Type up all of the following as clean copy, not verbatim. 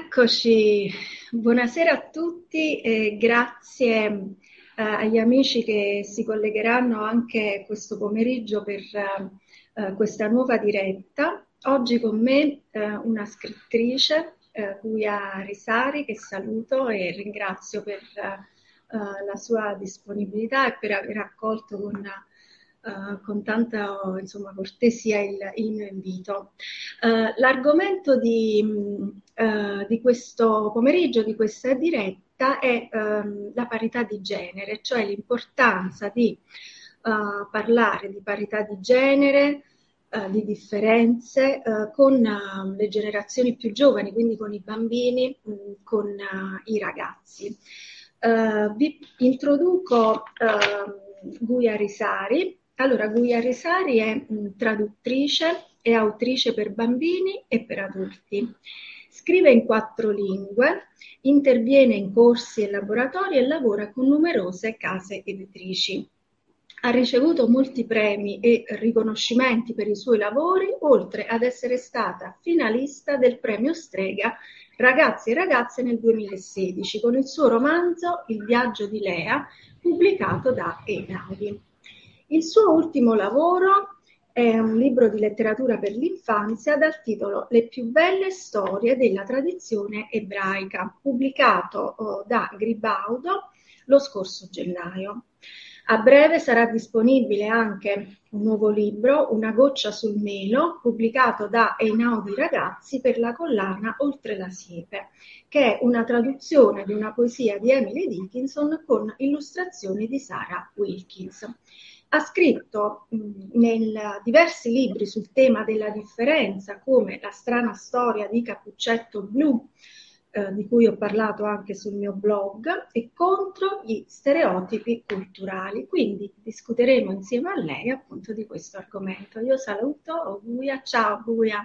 Eccoci, buonasera a tutti e grazie agli amici che si collegheranno anche questo pomeriggio per questa nuova diretta. Oggi con me una scrittrice, Guia Risari, che saluto e ringrazio per la sua disponibilità e per aver accolto con tanta insomma, cortesia il mio invito. L'argomento di questo pomeriggio, di questa diretta, è la parità di genere, cioè l'importanza di parlare di parità di genere, di differenze con le generazioni più giovani, quindi con i bambini, con i ragazzi. Vi introduco Guia Risari. Allora, Guia Risari è traduttrice e autrice per bambini e per adulti. Scrive in 4 lingue, interviene in corsi e laboratori e lavora con numerose case editrici. Ha ricevuto molti premi e riconoscimenti per i suoi lavori, oltre ad essere stata finalista del premio Strega Ragazzi e ragazze nel 2016 con il suo romanzo Il viaggio di Lea, pubblicato da Einaudi. Il suo ultimo lavoro è un libro di letteratura per l'infanzia dal titolo Le più belle storie della tradizione ebraica, pubblicato da Gribaudo lo scorso gennaio. A breve sarà disponibile anche un nuovo libro, Una goccia sul melo, pubblicato da Einaudi Ragazzi per la collana Oltre la siepe, che è una traduzione di una poesia di Emily Dickinson con illustrazioni di Sarah Wilkins. Ha scritto diversi libri sul tema della differenza, come La strana storia di Cappuccetto Blu, di cui ho parlato anche sul mio blog, e contro gli stereotipi culturali. Quindi discuteremo insieme a lei appunto di questo argomento. Io saluto Guia, ciao Guia.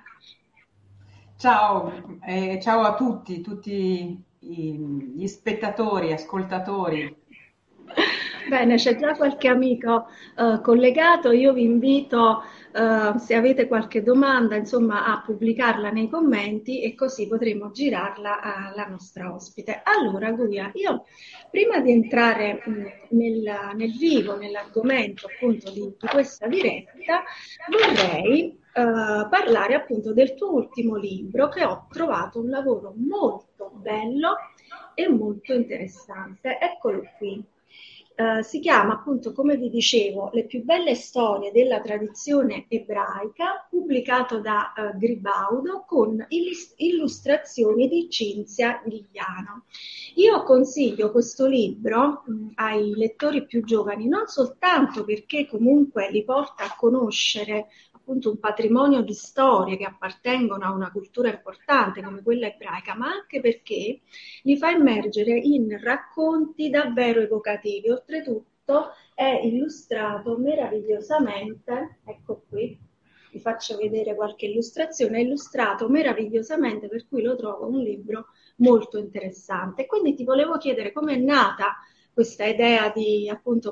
Ciao, ciao a tutti gli spettatori, ascoltatori. Bene, c'è già qualche amico collegato, io vi invito, se avete qualche domanda, insomma, a pubblicarla nei commenti e così potremo girarla alla nostra ospite. Allora, Guia, io prima di entrare nel vivo, nell'argomento appunto di questa diretta, vorrei parlare appunto del tuo ultimo libro, che ho trovato un lavoro molto bello e molto interessante. Eccolo qui. Si chiama appunto, come vi dicevo, Le più belle storie della tradizione ebraica, pubblicato da Gribaudo con illustrazioni di Cinzia Gigliano. Io consiglio questo libro ai lettori più giovani non soltanto perché comunque li porta a conoscere appunto un patrimonio di storie che appartengono a una cultura importante come quella ebraica, ma anche perché li fa immergere in racconti davvero evocativi. Oltretutto è illustrato meravigliosamente, ecco qui, vi faccio vedere qualche illustrazione, è illustrato meravigliosamente, per cui lo trovo un libro molto interessante. Quindi ti volevo chiedere com'è nata questa idea di appunto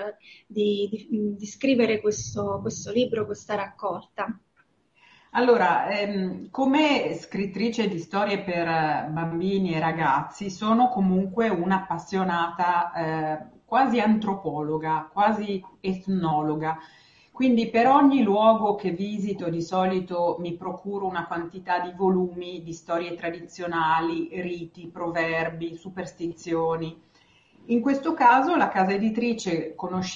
di scrivere questo libro, questa raccolta. Allora, come scrittrice di storie per bambini e ragazzi, sono comunque un'appassionata, quasi antropologa, quasi etnologa. Quindi per ogni luogo che visito di solito mi procuro una quantità di volumi di storie tradizionali, riti, proverbi, superstizioni. In questo caso la casa editrice,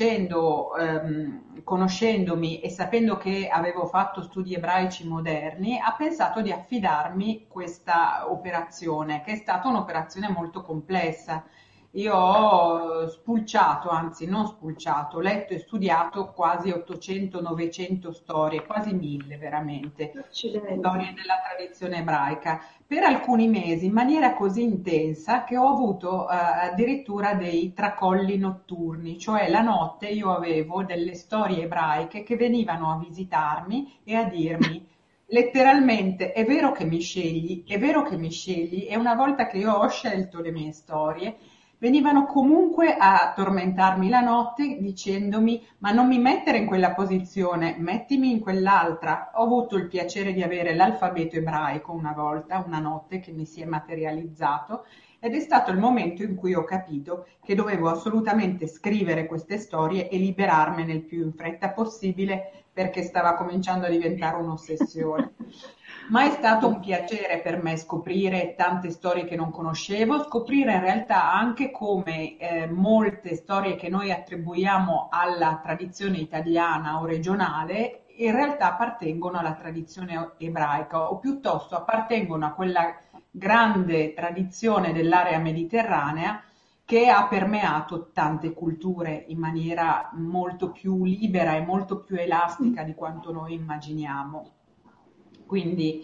conoscendomi e sapendo che avevo fatto studi ebraici moderni, ha pensato di affidarmi questa operazione, che è stata un'operazione molto complessa. Io ho spulciato, anzi non spulciato, letto e studiato quasi 800-900 storie, quasi 1000 veramente, Accidenti. storie della tradizione ebraica per alcuni mesi in maniera così intensa che ho avuto addirittura dei tracolli notturni, cioè la notte io avevo delle storie ebraiche che venivano a visitarmi e a dirmi letteralmente è vero che mi scegli, è vero che mi scegli e una volta che io ho scelto le mie storie venivano comunque a tormentarmi la notte dicendomi: ma non mi mettere in quella posizione, mettimi in quell'altra. Ho avuto il piacere di avere l'alfabeto ebraico una volta, una notte che mi si è materializzato, ed è stato il momento in cui ho capito che dovevo assolutamente scrivere queste storie e liberarmene il più in fretta possibile, perché stava cominciando a diventare un'ossessione. Ma è stato un piacere per me scoprire tante storie che non conoscevo, scoprire in realtà anche come molte storie che noi attribuiamo alla tradizione italiana o regionale in realtà appartengono alla tradizione ebraica, o piuttosto appartengono a quella grande tradizione dell'area mediterranea che ha permeato tante culture in maniera molto più libera e molto più elastica di quanto noi immaginiamo. Quindi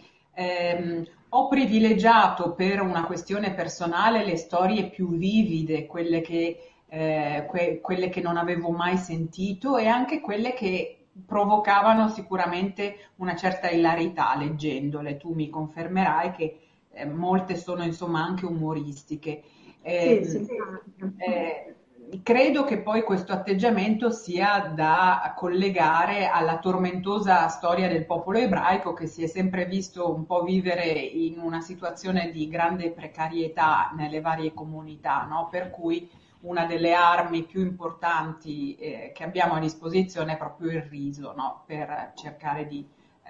ho privilegiato per una questione personale le storie più vivide, quelle che non avevo mai sentito, e anche quelle che provocavano sicuramente una certa ilarità leggendole. Tu mi confermerai che molte sono insomma anche umoristiche. Sì, Ehm, simpatico. eh, Credo che poi questo atteggiamento sia da collegare alla tormentosa storia del popolo ebraico, che si è sempre visto un po' vivere in una situazione di grande precarietà nelle varie comunità, no? Per cui una delle armi più importanti che abbiamo a disposizione è proprio il riso, no? Per cercare di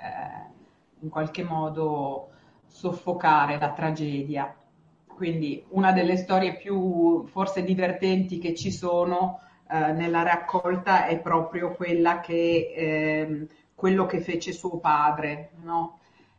in qualche modo soffocare la tragedia. Quindi una delle storie più forse divertenti che ci sono nella raccolta è proprio quella quello che fece suo padre, no?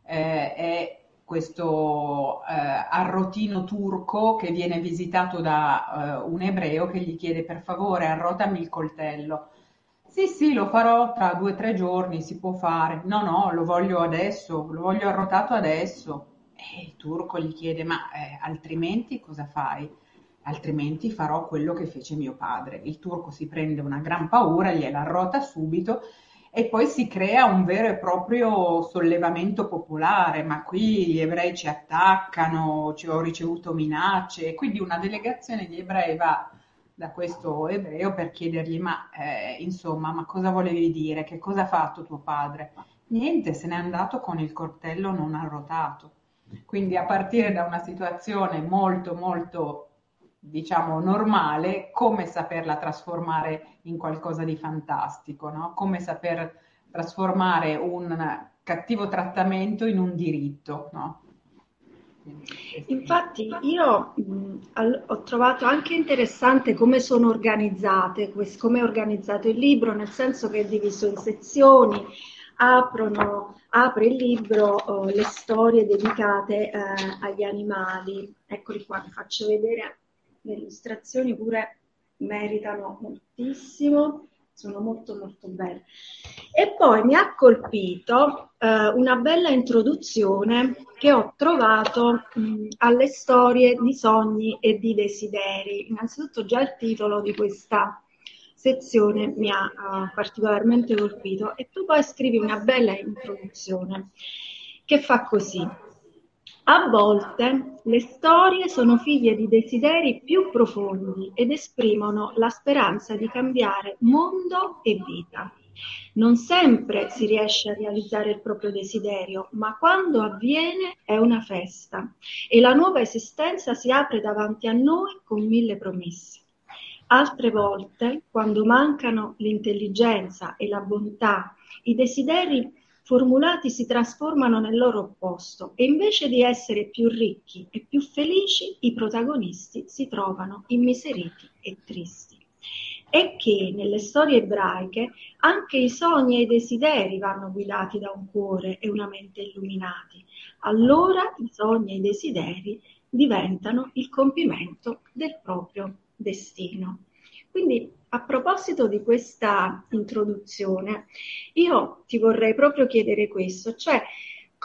È questo arrotino turco che viene visitato da un ebreo che gli chiede: per favore arrotami il coltello. Sì, sì, lo farò tra 2 o 3 giorni, si può fare. No, no, lo voglio adesso, lo voglio arrotato adesso. E il turco gli chiede: ma altrimenti cosa fai? Altrimenti farò quello che fece mio padre. Il turco si prende una gran paura, gliela arrota subito, e poi si crea un vero e proprio sollevamento popolare. Ma qui gli ebrei ci attaccano, ci ho ricevuto minacce. E quindi una delegazione di ebrei va da questo ebreo per chiedergli: ma insomma, ma cosa volevi dire? Che cosa ha fatto tuo padre? Niente, se n'è andato con il coltello non arrotato. Quindi a partire da una situazione molto molto, diciamo, normale, come saperla trasformare in qualcosa di fantastico, no? Come saper trasformare un cattivo trattamento in un diritto, no? Quindi questo. Infatti io ho trovato anche interessante come sono organizzate, come è organizzato il libro, nel senso che è diviso in sezioni, apre il libro le storie dedicate agli animali. Eccoli qua, vi faccio vedere le illustrazioni, pure meritano moltissimo, sono molto molto belle. E poi mi ha colpito una bella introduzione che ho trovato alle storie di sogni e di desideri. Innanzitutto già il titolo di questa sezione mi ha particolarmente colpito, e tu poi scrivi una bella introduzione che fa così: a volte le storie sono figlie di desideri più profondi ed esprimono la speranza di cambiare mondo e vita. Non sempre si riesce a realizzare il proprio desiderio, ma quando avviene è una festa e la nuova esistenza si apre davanti a noi con mille promesse. Altre volte, quando mancano l'intelligenza e la bontà, i desideri formulati si trasformano nel loro opposto, e invece di essere più ricchi e più felici, i protagonisti si trovano immiseriti e tristi. E che nelle storie ebraiche anche i sogni e i desideri vanno guidati da un cuore e una mente illuminati. Allora i sogni e i desideri diventano il compimento del proprio destino. Quindi, a proposito di questa introduzione, io ti vorrei proprio chiedere questo, cioè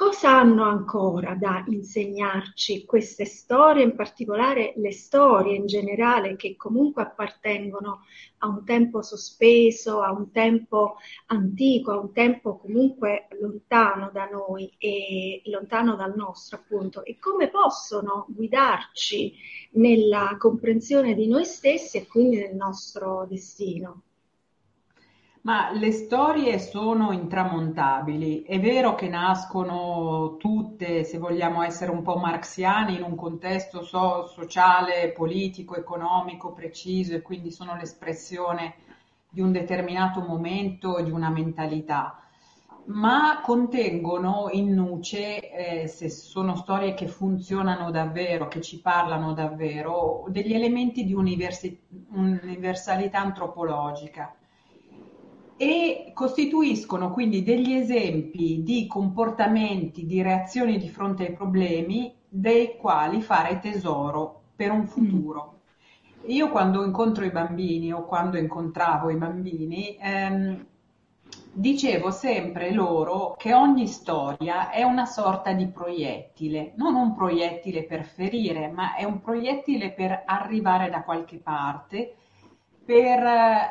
Cosa hanno ancora da insegnarci queste storie, in particolare le storie in generale, che comunque appartengono a un tempo sospeso, a un tempo antico, a un tempo comunque lontano da noi e lontano dal nostro, appunto, e come possono guidarci nella comprensione di noi stessi e quindi del nostro destino? Ma le storie sono intramontabili. È vero che nascono tutte, se vogliamo essere un po' marxiani, in un contesto sociale, politico, economico preciso e quindi sono l'espressione di un determinato momento e di una mentalità, ma contengono in nuce, se sono storie che funzionano davvero, che ci parlano davvero, degli elementi di universalità antropologica e costituiscono quindi degli esempi di comportamenti, di reazioni di fronte ai problemi dei quali fare tesoro per un Mm. futuro. Io quando incontro i bambini o quando incontravo i bambini, dicevo sempre loro che ogni storia è una sorta di proiettile, non un proiettile per ferire, ma è un proiettile per arrivare da qualche parte, per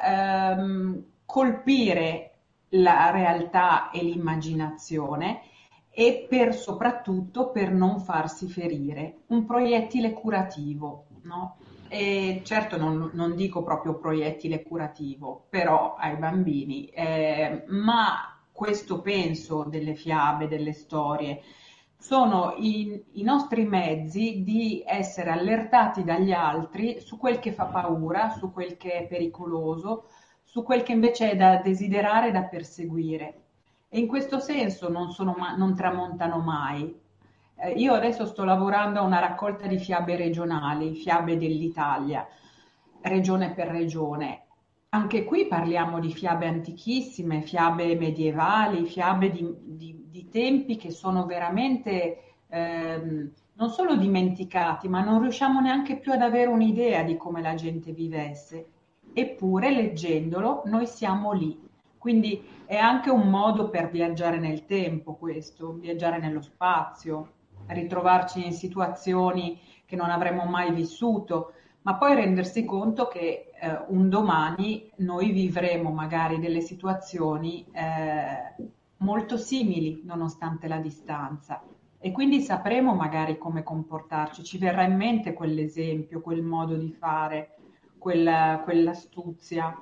colpire la realtà e l'immaginazione e per soprattutto per non farsi ferire. Un proiettile curativo, no? E certo non dico proprio proiettile curativo, però ai bambini, ma questo penso delle fiabe, delle storie, sono i nostri mezzi di essere allertati dagli altri su quel che fa paura, su quel che è pericoloso, su quel che invece è da desiderare, da perseguire. E in questo senso non tramontano mai. Io adesso sto lavorando a una raccolta di fiabe regionali, fiabe dell'Italia, regione per regione. Anche qui parliamo di fiabe antichissime, fiabe medievali, fiabe di tempi che sono veramente non solo dimenticati, ma non riusciamo neanche più ad avere un'idea di come la gente vivesse. Eppure, leggendolo, noi siamo lì. Quindi è anche un modo per viaggiare nel tempo, questo, viaggiare nello spazio, ritrovarci in situazioni che non avremmo mai vissuto, ma poi rendersi conto che un domani noi vivremo magari delle situazioni molto simili nonostante la distanza e quindi sapremo magari come comportarci, ci verrà in mente quell'esempio, quel modo di fare, quell'astuzia.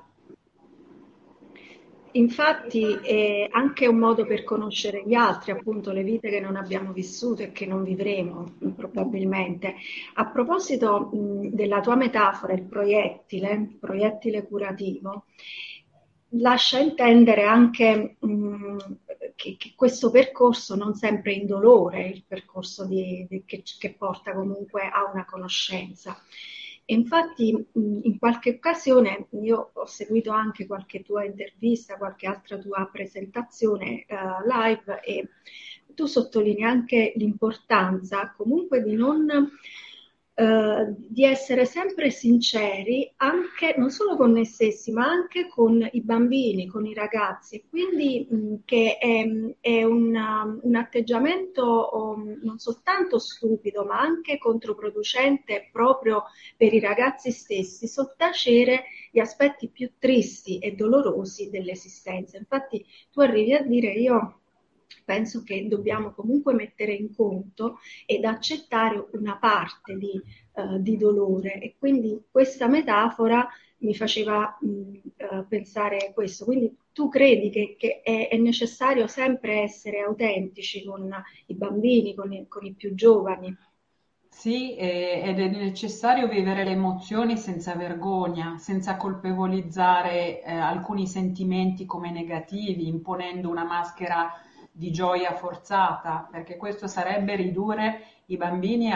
Infatti è anche un modo per conoscere gli altri, appunto le vite che non abbiamo vissuto e che non vivremo probabilmente. A proposito, della tua metafora, il proiettile curativo, lascia intendere anche che questo percorso non sempre è indolore, il percorso che porta comunque a una conoscenza. E infatti in qualche occasione io ho seguito anche qualche tua intervista, qualche altra tua presentazione live e tu sottolinei anche l'importanza comunque di non di essere sempre sinceri anche non solo con noi stessi, ma anche con i bambini, con i ragazzi. E quindi che è un atteggiamento non soltanto stupido, ma anche controproducente proprio per i ragazzi stessi, sottacere gli aspetti più tristi e dolorosi dell'esistenza. Infatti tu arrivi a dire io penso che dobbiamo comunque mettere in conto ed accettare una parte di dolore e quindi questa metafora mi faceva pensare questo. Quindi tu credi che è necessario sempre essere autentici con i bambini, con i più giovani? Sì, ed è necessario vivere le emozioni senza vergogna, senza colpevolizzare alcuni sentimenti come negativi, imponendo una maschera di gioia forzata, perché questo sarebbe ridurre i bambini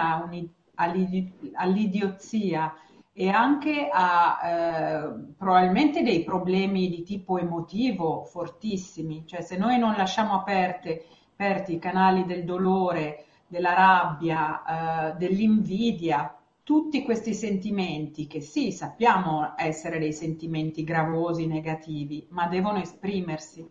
all'idiozia e anche a probabilmente dei problemi di tipo emotivo fortissimi. Cioè, se noi non lasciamo aperti i canali del dolore, della rabbia, dell'invidia, tutti questi sentimenti che sì, sappiamo essere dei sentimenti gravosi, negativi, ma devono esprimersi.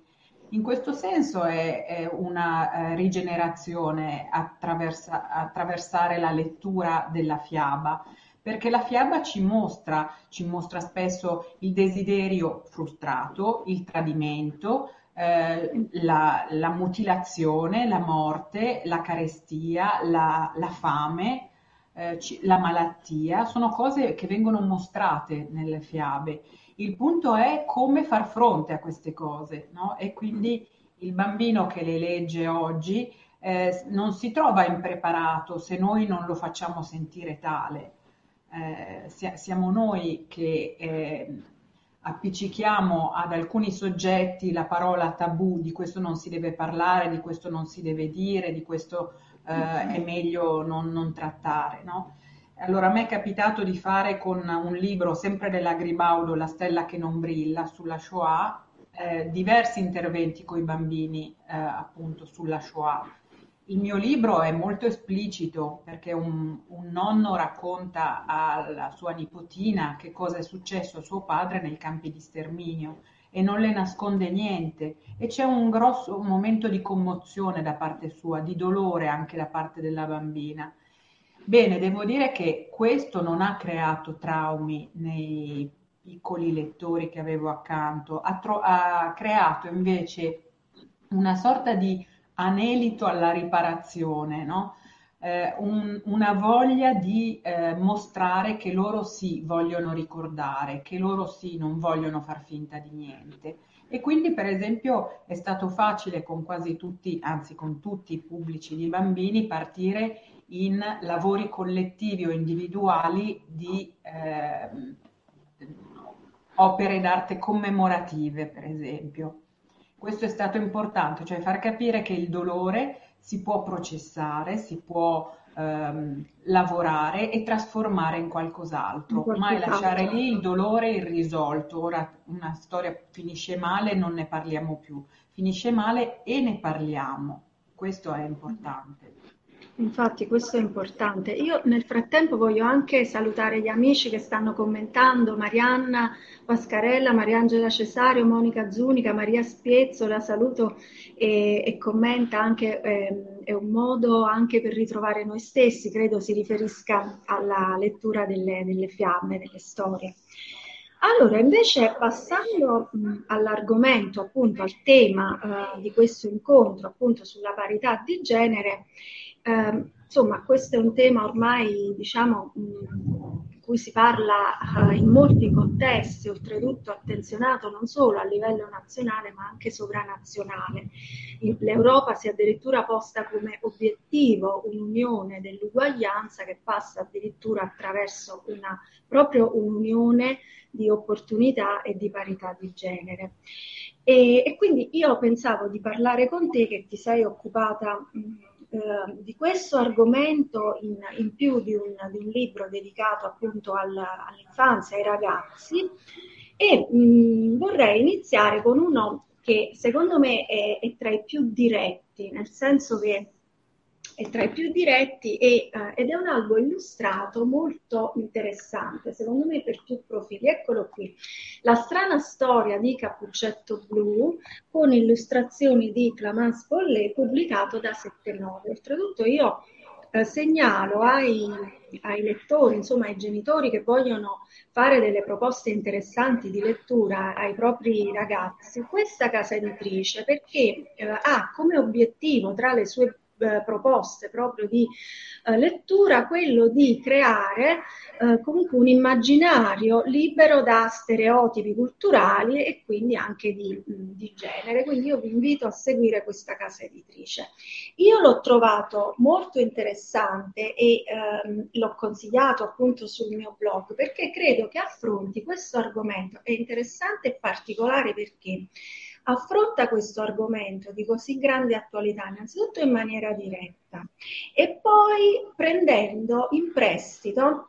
In questo senso è una rigenerazione attraversare la lettura della fiaba, perché la fiaba ci mostra spesso il desiderio frustrato, il tradimento, la mutilazione, la morte, la carestia, la fame, la malattia, sono cose che vengono mostrate nelle fiabe. Il punto è come far fronte a queste cose, no? E quindi il bambino che le legge oggi non si trova impreparato se noi non lo facciamo sentire tale. Siamo noi che appiccichiamo ad alcuni soggetti la parola tabù, di questo non si deve parlare, di questo non si deve dire, di questo è meglio non trattare, no? Allora, a me è capitato di fare con un libro sempre della Gribaudo, La stella che non brilla, sulla Shoah, diversi interventi con i bambini appunto sulla Shoah. Il mio libro è molto esplicito perché un nonno racconta alla sua nipotina che cosa è successo a suo padre nei campi di sterminio e non le nasconde niente e c'è un grosso momento di commozione da parte sua, di dolore anche da parte della bambina. Bene, devo dire che questo non ha creato traumi nei piccoli lettori che avevo accanto, ha creato invece una sorta di anelito alla riparazione, no? Una voglia di mostrare che loro sì vogliono ricordare, che loro sì non vogliono far finta di niente. E quindi, per esempio, è stato facile con quasi tutti, anzi con tutti i pubblici di bambini, partire in lavori collettivi o individuali di opere d'arte commemorative, per esempio. Questo è stato importante, cioè far capire che il dolore si può processare, si può lavorare e trasformare in in qualcos'altro, mai lasciare qualcos'altro. lì il dolore irrisolto. Ora una storia finisce male, non ne parliamo più, finisce male e ne parliamo. Questo è importante. Infatti questo è importante. Io nel frattempo voglio anche salutare gli amici che stanno commentando, Marianna Pascarella, Mariangela Cesario, Monica Zunica, Maria Spiezzo, la saluto e commenta anche, è un modo anche per ritrovare noi stessi, credo si riferisca alla lettura delle fiamme, delle storie. Allora, invece, passando all'argomento, appunto, al tema di questo incontro, appunto, sulla parità di genere, insomma, questo è un tema ormai, diciamo, di cui si parla in molti contesti, oltretutto attenzionato non solo a livello nazionale, ma anche sovranazionale. L'Europa si è addirittura posta come obiettivo un'unione dell'uguaglianza che passa addirittura attraverso proprio un'unione di opportunità e di parità di genere. E quindi io pensavo di parlare con te che ti sei occupata di questo argomento in più di un libro dedicato appunto all'infanzia, ai ragazzi e vorrei iniziare con uno che secondo me è tra i più diretti, nel senso che è tra i più diretti ed è un albo illustrato molto interessante, secondo me per più profili. Eccolo qui, La strana storia di Cappuccetto Blu con illustrazioni di Clamence Pollet, pubblicato da Sette Nove. Oltretutto io segnalo ai lettori, insomma ai genitori che vogliono fare delle proposte interessanti di lettura ai propri ragazzi, questa casa editrice perché ha come obiettivo tra le sue proposte proprio di lettura quello di creare comunque un immaginario libero da stereotipi culturali e quindi anche di genere. Quindi io vi invito a seguire questa casa editrice. Io l'ho trovato molto interessante e l'ho consigliato appunto sul mio blog perché credo che affronti questo argomento. È interessante e particolare perché affronta questo argomento di così grande attualità, innanzitutto in maniera diretta e poi prendendo in prestito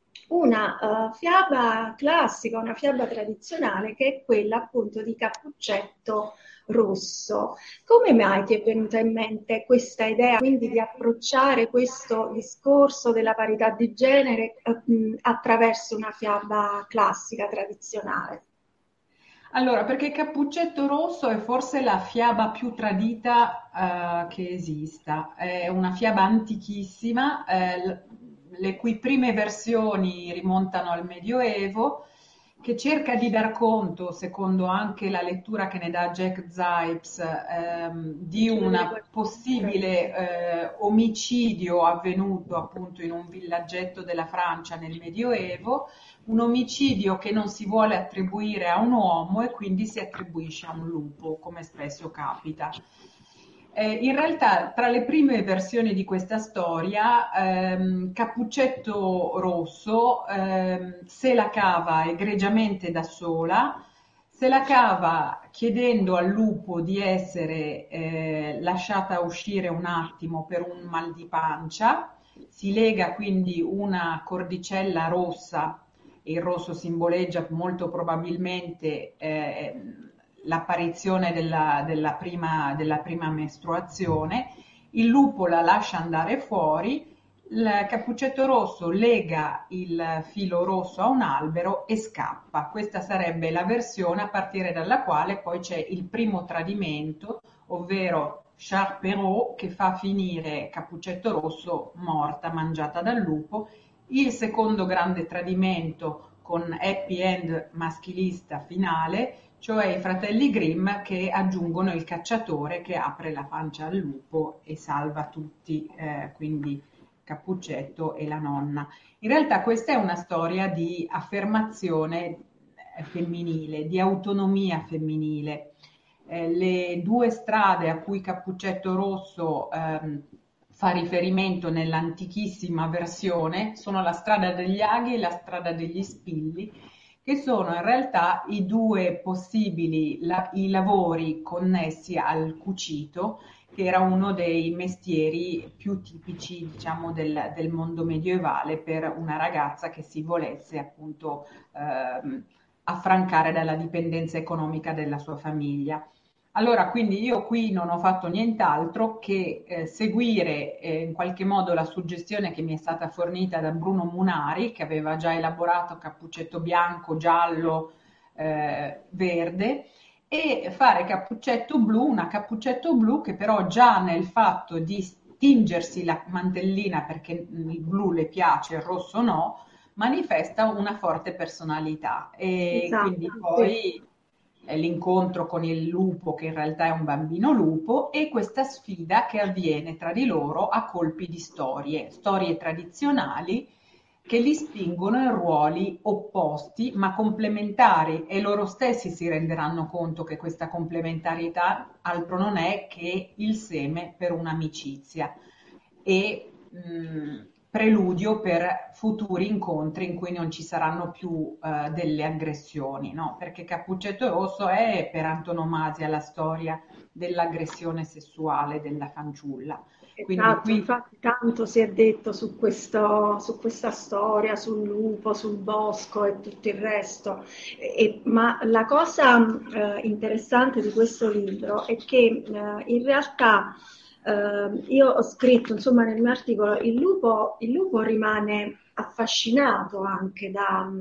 una fiaba classica, una fiaba tradizionale che è quella appunto di Cappuccetto Rosso. Come mai ti è venuta in mente questa idea quindi di approcciare questo discorso della parità di genere attraverso una fiaba classica tradizionale? Allora, perché Cappuccetto Rosso è forse la fiaba più tradita che esista, è una fiaba antichissima, le cui prime versioni rimontano al Medioevo, che cerca di dar conto, secondo anche la lettura che ne dà Jack Zipes, di Ce l'avrei un guardata. possibile omicidio avvenuto appunto in un villaggetto della Francia nel Medioevo, un omicidio che non si vuole attribuire a un uomo e quindi si attribuisce a un lupo, come spesso capita. In realtà, tra le prime versioni di questa storia, Cappuccetto Rosso se la cava egregiamente da sola, se la cava chiedendo al lupo di essere lasciata uscire un attimo per un mal di pancia, si lega quindi una cordicella rossa, e il rosso simboleggia molto probabilmente l'apparizione della prima mestruazione, il lupo la lascia andare fuori, il Cappuccetto Rosso lega il filo rosso a un albero e scappa. Questa sarebbe la versione a partire dalla quale poi c'è il primo tradimento, ovvero Charles Perrault che fa finire Cappuccetto Rosso morta, mangiata dal lupo. Il secondo grande tradimento con happy end maschilista finale, cioè i fratelli Grimm che aggiungono il cacciatore che apre la pancia al lupo e salva tutti, quindi Cappuccetto e la nonna. In realtà questa è una storia di affermazione femminile, di autonomia femminile. Le due strade a cui Cappuccetto Rosso fa riferimento nell'antichissima versione sono la strada degli aghi e la strada degli spilli, che sono in realtà i due possibili i lavori connessi al cucito, che era uno dei mestieri più tipici, diciamo, del mondo medievale per una ragazza che si volesse appunto affrancare dalla dipendenza economica della sua famiglia. Allora, quindi io qui non ho fatto nient'altro che seguire in qualche modo la suggestione che mi è stata fornita da Bruno Munari, che aveva già elaborato Cappuccetto bianco, giallo, verde, e fare Cappuccetto blu, una Cappuccetto blu che però già nel fatto di tingersi la mantellina perché il blu le piace, il rosso no, manifesta una forte personalità e quindi Esatto, sì. poi l'incontro con il lupo che in realtà è un bambino lupo e questa sfida che avviene tra di loro a colpi di storie tradizionali che li spingono in ruoli opposti ma complementari e loro stessi si renderanno conto che questa complementarietà altro non è che il seme per un'amicizia e preludio per futuri incontri in cui non ci saranno più delle aggressioni, no? Perché Cappuccetto Rosso è per antonomasia la storia dell'aggressione sessuale della fanciulla. Quindi Esatto, qui infatti tanto si è detto su su questa storia, sul lupo, sul bosco e tutto il resto. Ma la cosa interessante di questo libro è che in realtà io ho scritto, insomma, nel mio articolo, il lupo rimane affascinato anche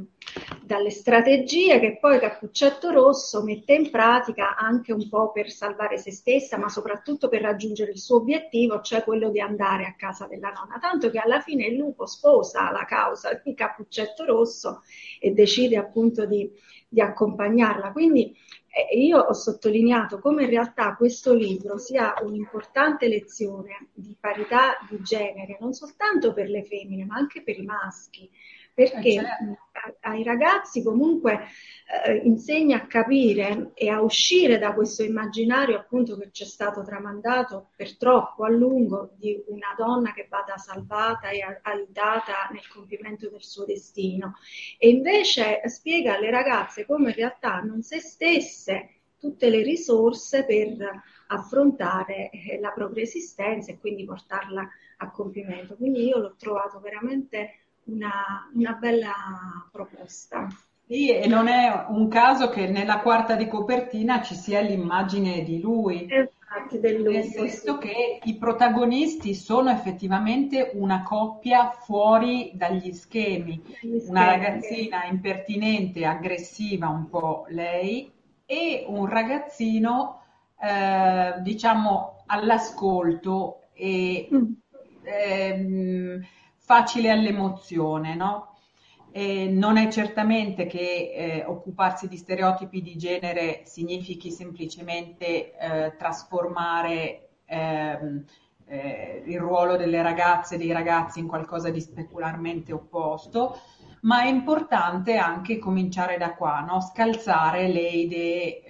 dalle strategie che poi Cappuccetto Rosso mette in pratica anche un po' per salvare se stessa, ma soprattutto per raggiungere il suo obiettivo, cioè quello di andare a casa della nonna. Tanto che alla fine il lupo sposa la causa di Cappuccetto Rosso e decide appunto di accompagnarla. Quindi io ho sottolineato come in realtà questo libro sia un'importante lezione di parità di genere, non soltanto per le femmine, ma anche per i maschi, perché certo. ai ragazzi comunque insegna a capire e a uscire da questo immaginario appunto che ci è stato tramandato per troppo a lungo di una donna che vada salvata e aiutata nel compimento del suo destino e invece spiega alle ragazze come in realtà hanno se stesse tutte le risorse per affrontare la propria esistenza e quindi portarla a compimento. Quindi io l'ho trovato veramente una bella proposta. Sì, e non è un caso che nella quarta di copertina ci sia l'immagine di lui, Infatti del nel lupo, sì, senso che i protagonisti sono effettivamente una coppia fuori dagli schemi, degli una schemi. ragazzina impertinente, aggressiva un po' lei, e un ragazzino, diciamo, all'ascolto e ehm, facile all'emozione, no? Non è certamente che occuparsi di stereotipi di genere significhi semplicemente trasformare il ruolo delle ragazze e dei ragazzi in qualcosa di specularmente opposto, ma è importante anche cominciare da qua, no? Scalzare le idee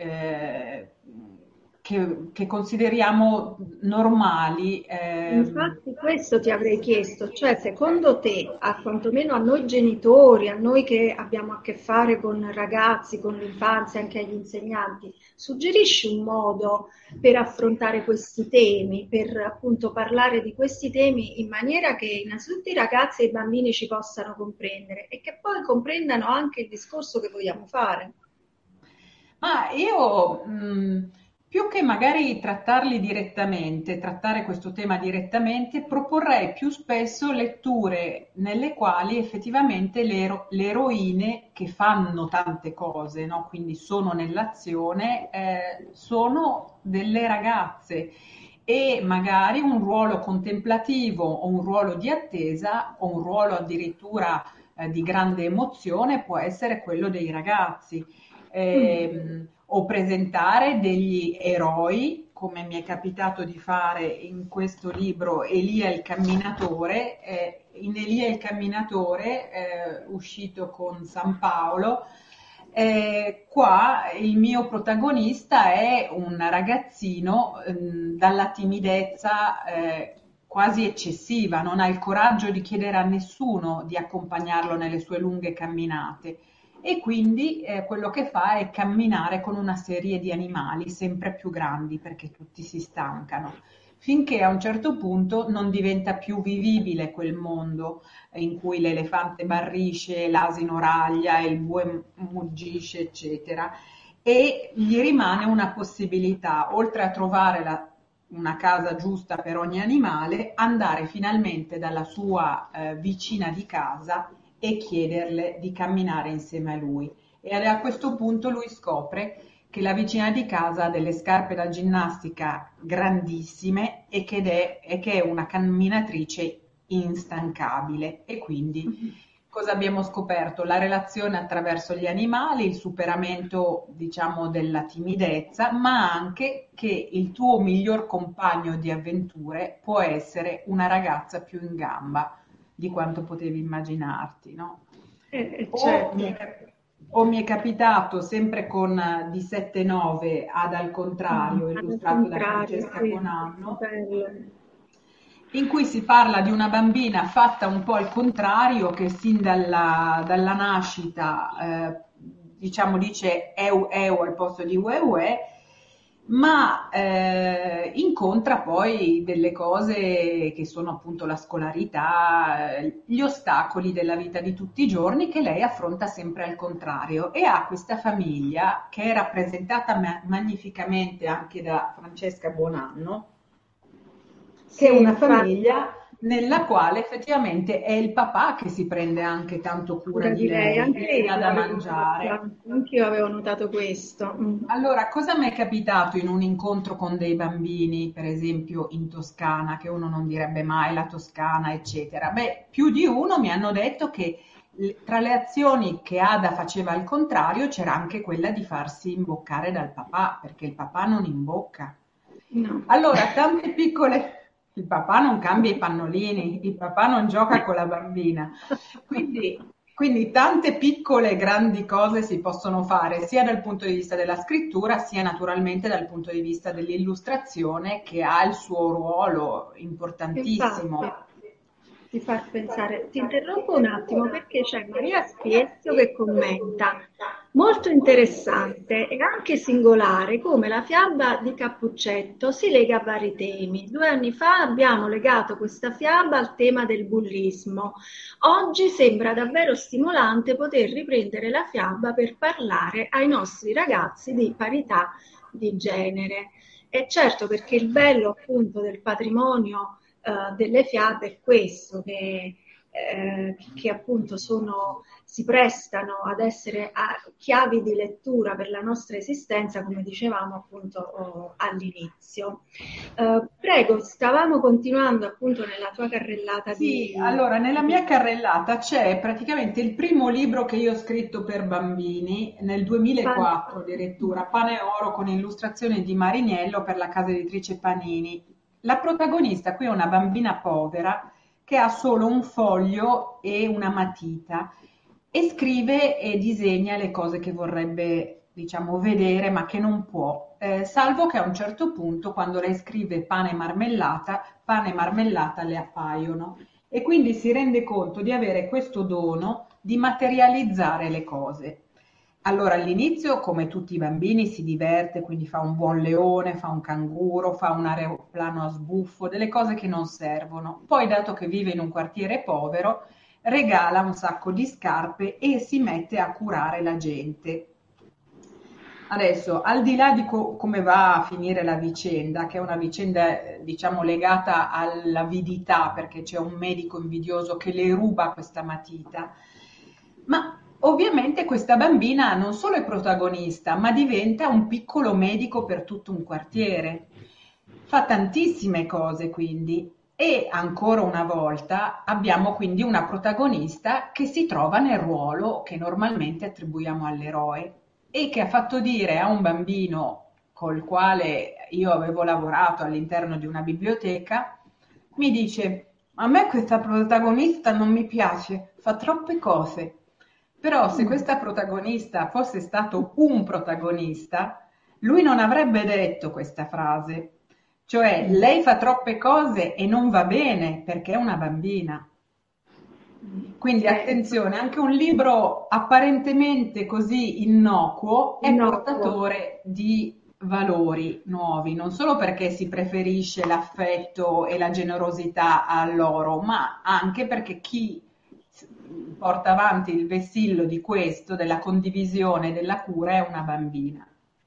che consideriamo normali. Infatti questo ti avrei chiesto, cioè secondo te, a quantomeno a noi genitori, a noi che abbiamo a che fare con ragazzi, con l'infanzia, anche agli insegnanti, suggerisci un modo per affrontare questi temi, per appunto parlare di questi temi in maniera che innanzitutto i ragazzi e i bambini ci possano comprendere e che poi comprendano anche il discorso che vogliamo fare? Ma io, più che magari trattarli direttamente, trattare questo tema direttamente, proporrei più spesso letture nelle quali effettivamente le eroine che fanno tante cose, no? Quindi sono nell'azione, sono delle ragazze e magari un ruolo contemplativo o un ruolo di attesa o un ruolo addirittura di grande emozione può essere quello dei ragazzi, Mm. o presentare degli eroi, come mi è capitato di fare in questo libro Elia il camminatore. In Elia il camminatore, uscito con San Paolo, qua il mio protagonista è un ragazzino dalla timidezza quasi eccessiva, non ha il coraggio di chiedere a nessuno di accompagnarlo nelle sue lunghe camminate e quindi quello che fa è camminare con una serie di animali sempre più grandi perché tutti si stancano, finché a un certo punto non diventa più vivibile quel mondo in cui l'elefante barrisce, l'asino raglia, il bue muggisce, eccetera, e gli rimane una possibilità, oltre a trovare una casa giusta per ogni animale, andare finalmente dalla sua vicina di casa e chiederle di camminare insieme a lui. E a questo punto lui scopre che la vicina di casa ha delle scarpe da ginnastica grandissime e che è una camminatrice instancabile. E quindi cosa abbiamo scoperto? La relazione attraverso gli animali, il superamento, diciamo, della timidezza, ma anche che il tuo miglior compagno di avventure può essere una ragazza più in gamba di quanto potevi immaginarti, no? O mi Certo. è, o mi è capitato sempre con di 7-9 ad Al contrario, Al illustrato da contrario, Francesca sì, Bonanno, bello. in cui si parla di una bambina fatta un po' al contrario, che sin dalla nascita, diciamo, dice eu eu al posto di ue ue, ma incontra poi delle cose che sono appunto la scolarità, gli ostacoli della vita di tutti i giorni che lei affronta sempre al contrario e ha questa famiglia che è rappresentata magnificamente anche da Francesca Buonanno, che è Sì, una infatti, famiglia nella quale effettivamente è il papà che si prende anche tanto cura cura di di lei, lei anche e le dà io da l'avevo mangiare. notata, anch'io avevo notato questo. Allora, cosa mi è capitato in un incontro con dei bambini, per esempio in Toscana, che uno non direbbe mai la Toscana, eccetera? Beh, più di uno mi hanno detto che tra le azioni che Ada faceva al contrario c'era anche quella di farsi imboccare dal papà, perché il papà non imbocca. No. Allora, tante piccole... Il papà non cambia i pannolini, il papà non gioca con la bambina. Quindi tante piccole e grandi cose si possono fare sia dal punto di vista della scrittura, sia naturalmente dal punto di vista dell'illustrazione, che ha il suo ruolo importantissimo. Infatti, ti fa pensare, ti interrompo un attimo perché c'è Maria Spiezio che commenta, molto interessante e anche singolare come la fiaba di Cappuccetto si lega a vari temi. 2 anni fa abbiamo legato questa fiaba al tema del bullismo. Oggi sembra davvero stimolante poter riprendere la fiaba per parlare ai nostri ragazzi di parità di genere. E certo, perché il bello appunto del patrimonio delle fiabe è questo, che che appunto si prestano ad essere chiavi di lettura per la nostra esistenza, come dicevamo appunto all'inizio. Prego, stavamo continuando appunto nella tua carrellata Sì, di... allora nella mia carrellata c'è praticamente il primo libro che io ho scritto per bambini nel 2004 addirittura, Pane e Oro con illustrazioni di Mariniello per la casa editrice Panini. La protagonista qui è una bambina povera che ha solo un foglio e una matita e scrive e disegna le cose che vorrebbe, diciamo, vedere ma che non può. Salvo che a un certo punto, quando lei scrive pane e marmellata le appaiono e quindi si rende conto di avere questo dono di materializzare le cose. Allora all'inizio, come tutti i bambini, si diverte, quindi fa un buon leone, fa un canguro, fa un aeroplano a sbuffo, delle cose che non servono. Poi, dato che vive in un quartiere povero, regala un sacco di scarpe e si mette a curare la gente. Adesso, al di là di come va a finire la vicenda, che è una vicenda, diciamo, legata all'avidità, perché c'è un medico invidioso che le ruba questa matita, ma ovviamente questa bambina non solo è protagonista, ma diventa un piccolo medico per tutto un quartiere. Fa tantissime cose, quindi. E ancora una volta abbiamo quindi una protagonista che si trova nel ruolo che normalmente attribuiamo all'eroe e che ha fatto dire a un bambino col quale io avevo lavorato all'interno di una biblioteca, mi dice, a me questa protagonista non mi piace, fa troppe cose. Però se questa protagonista fosse stato un protagonista, lui non avrebbe detto questa frase. Cioè, lei fa troppe cose e non va bene perché è una bambina. Quindi attenzione, anche un libro apparentemente così innocuo è innocuo. portatore di valori nuovi, non solo perché si preferisce l'affetto e la generosità a loro, ma anche perché chi porta avanti il vessillo di questo, della condivisione, della cura, è una bambina.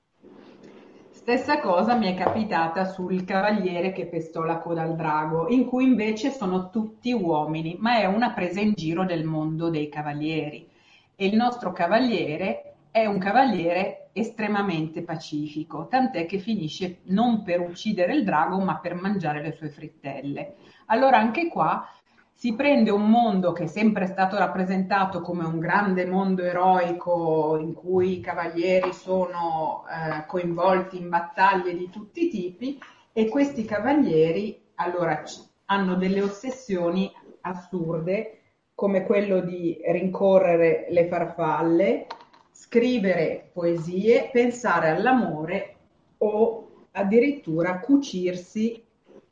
Stessa cosa mi è capitata sul Cavaliere che pestò la coda al drago, in cui invece sono tutti uomini, ma è una presa in giro del mondo dei cavalieri. E il nostro cavaliere è un cavaliere estremamente pacifico, tant'è che finisce non per uccidere il drago, ma per mangiare le sue frittelle. Allora anche qua si prende un mondo che è sempre stato rappresentato come un grande mondo eroico in cui i cavalieri sono coinvolti in battaglie di tutti i tipi e questi cavalieri allora hanno delle ossessioni assurde come quello di rincorrere le farfalle, scrivere poesie, pensare all'amore o addirittura cucirsi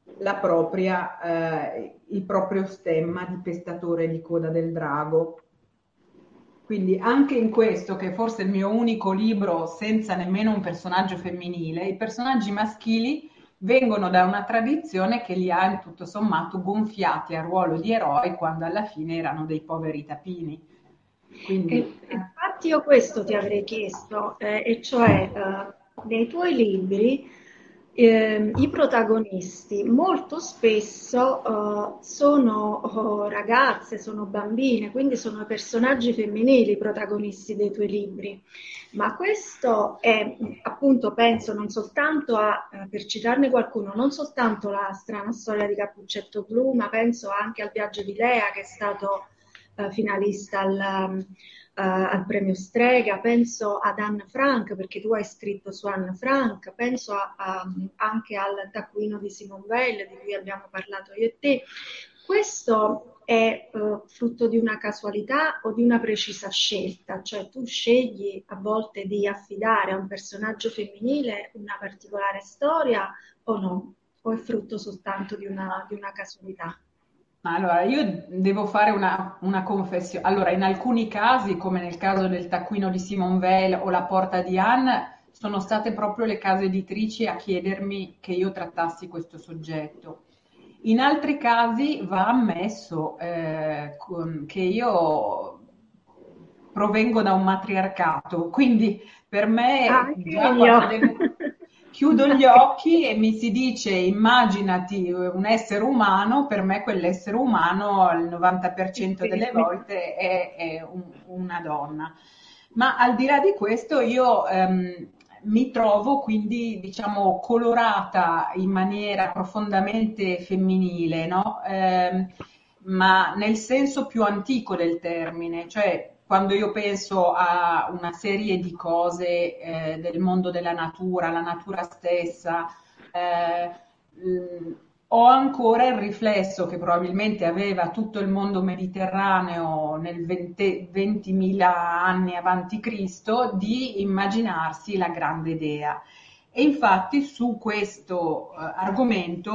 il proprio stemma di pestatore di coda del drago. Quindi anche in questo, che è forse il mio unico libro senza nemmeno un personaggio femminile, i personaggi maschili vengono da una tradizione che li ha tutto sommato gonfiati a ruolo di eroi quando alla fine erano dei poveri tapini. Quindi, Infatti io questo ti avrei chiesto, e cioè nei tuoi libri i protagonisti molto spesso sono ragazze, sono bambine, quindi sono personaggi femminili i protagonisti dei tuoi libri. Ma questo è appunto, penso, non soltanto per citarne qualcuno, non soltanto la strana storia di Cappuccetto Blu, ma penso anche al Viaggio di Lea che è stato finalista al premio Strega, penso ad Anne Frank, perché tu hai scritto su Anne Frank, penso anche al Taccuino di Simone Weil, di cui abbiamo parlato io e te. Questo è frutto di una casualità o di una precisa scelta? Cioè tu scegli a volte di affidare a un personaggio femminile una particolare storia o no? O è frutto soltanto di una casualità? allora, io devo fare una confessione. Allora, in alcuni casi, come nel caso del taccuino di Simone Weil o la porta di Anne, sono state proprio le case editrici a chiedermi che io trattassi questo soggetto. In altri casi va ammesso che io provengo da un matriarcato, quindi per me Anche già io. chiudo gli occhi e mi si dice immaginati un essere umano, per me quell'essere umano al 90% delle volte è una donna. Ma al di là di questo io mi trovo quindi, diciamo, colorata in maniera profondamente femminile, no? Ma nel senso più antico del termine, cioè quando io penso a una serie di cose del mondo della natura, la natura stessa, eh, ho ancora il riflesso che probabilmente aveva tutto il mondo mediterraneo nel 20.000 anni avanti Cristo di immaginarsi la grande dea. E infatti su questo argomento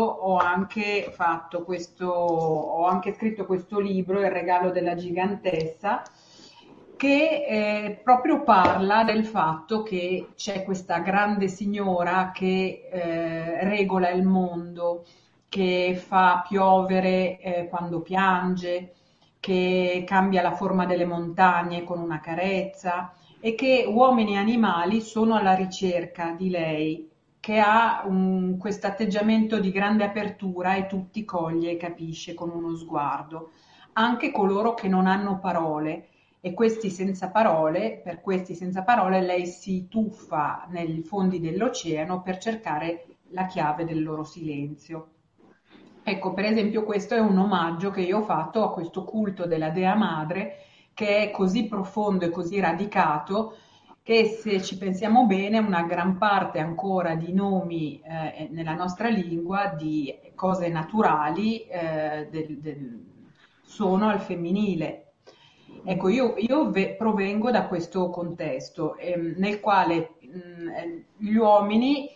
ho anche scritto questo libro, Il regalo della gigantessa, che proprio parla del fatto che c'è questa grande signora che regola il mondo, che fa piovere quando piange, che cambia la forma delle montagne con una carezza e che uomini e animali sono alla ricerca di lei, che ha questo atteggiamento di grande apertura e tutti coglie e capisce con uno sguardo, anche coloro che non hanno parole. E per questi senza parole lei si tuffa nei fondi dell'oceano per cercare la chiave del loro silenzio. Ecco, per esempio, questo è un omaggio che io ho fatto a questo culto della Dea Madre che è così profondo e così radicato che se ci pensiamo bene una gran parte ancora di nomi nella nostra lingua di cose naturali sono al femminile. Ecco, io provengo da questo contesto nel quale gli uomini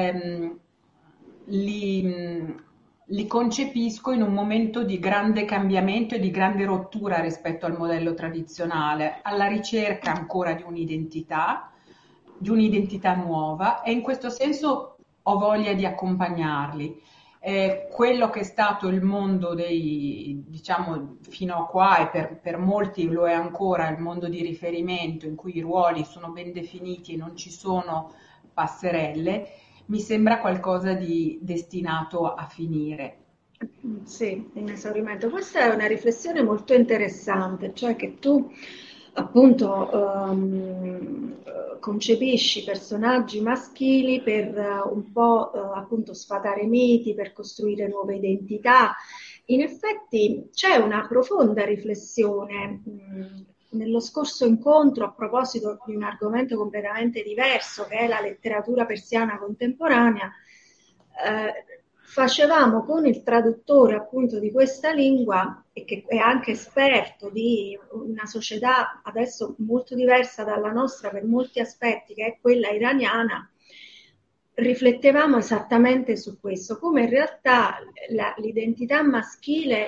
li, li concepisco in un momento di grande cambiamento e di grande rottura rispetto al modello tradizionale, alla ricerca ancora di un'identità nuova e in questo senso ho voglia di accompagnarli. Quello che è stato il mondo diciamo, fino a qua e per molti lo è ancora il mondo di riferimento in cui i ruoli sono ben definiti e non ci sono passerelle, mi sembra qualcosa di destinato a finire. Sì, in esaurimento. Questa è una riflessione molto interessante, cioè che tu appunto concepisci personaggi maschili per un po' appunto sfatare miti, per costruire nuove identità. In effetti c'è una profonda riflessione. Nello scorso incontro, a proposito di un argomento completamente diverso, che è la letteratura persiana contemporanea, facevamo con il traduttore appunto di questa lingua e che è anche esperto di una società adesso molto diversa dalla nostra per molti aspetti, che è quella iraniana, riflettevamo esattamente su questo, come in realtà l'identità maschile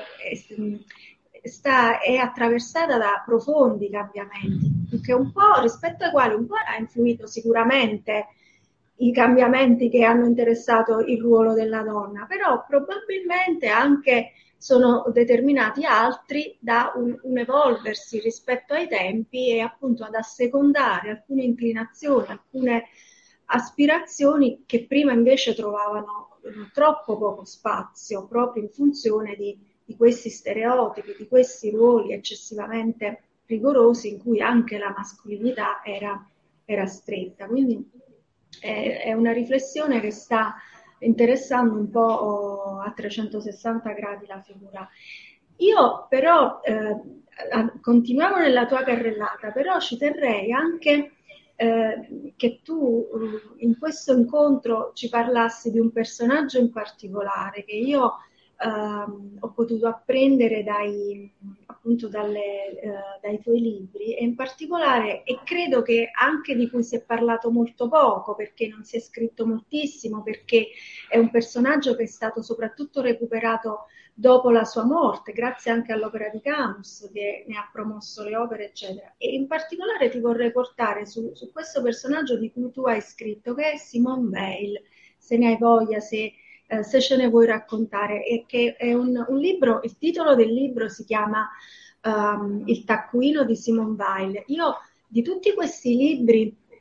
è attraversata da profondi cambiamenti, che un po' rispetto ai quali un po' ha influito sicuramente i cambiamenti che hanno interessato il ruolo della donna, però probabilmente anche sono determinati altri da un evolversi rispetto ai tempi e appunto ad assecondare alcune inclinazioni, alcune aspirazioni che prima invece trovavano troppo poco spazio proprio in funzione di questi stereotipi, di questi ruoli eccessivamente rigorosi in cui anche la mascolinità era stretta. Quindi è una riflessione che sta interessando un po' a 360 gradi la figura. Io però, continuiamo nella tua carrellata, però ci terrei anche che tu in questo incontro ci parlassi di un personaggio in particolare che io ho potuto apprendere appunto dai tuoi libri e in particolare, e credo che anche di cui si è parlato molto poco perché non si è scritto moltissimo, perché è un personaggio che è stato soprattutto recuperato dopo la sua morte, grazie anche all'opera di Camus che ne ha promosso le opere, eccetera. E in particolare ti vorrei portare su questo personaggio di cui tu hai scritto, che è Simone Weil, se ne hai voglia, se ce ne vuoi raccontare, e che è un libro, il titolo del libro si chiama Il taccuino di Simone Weil. Io di tutti questi libri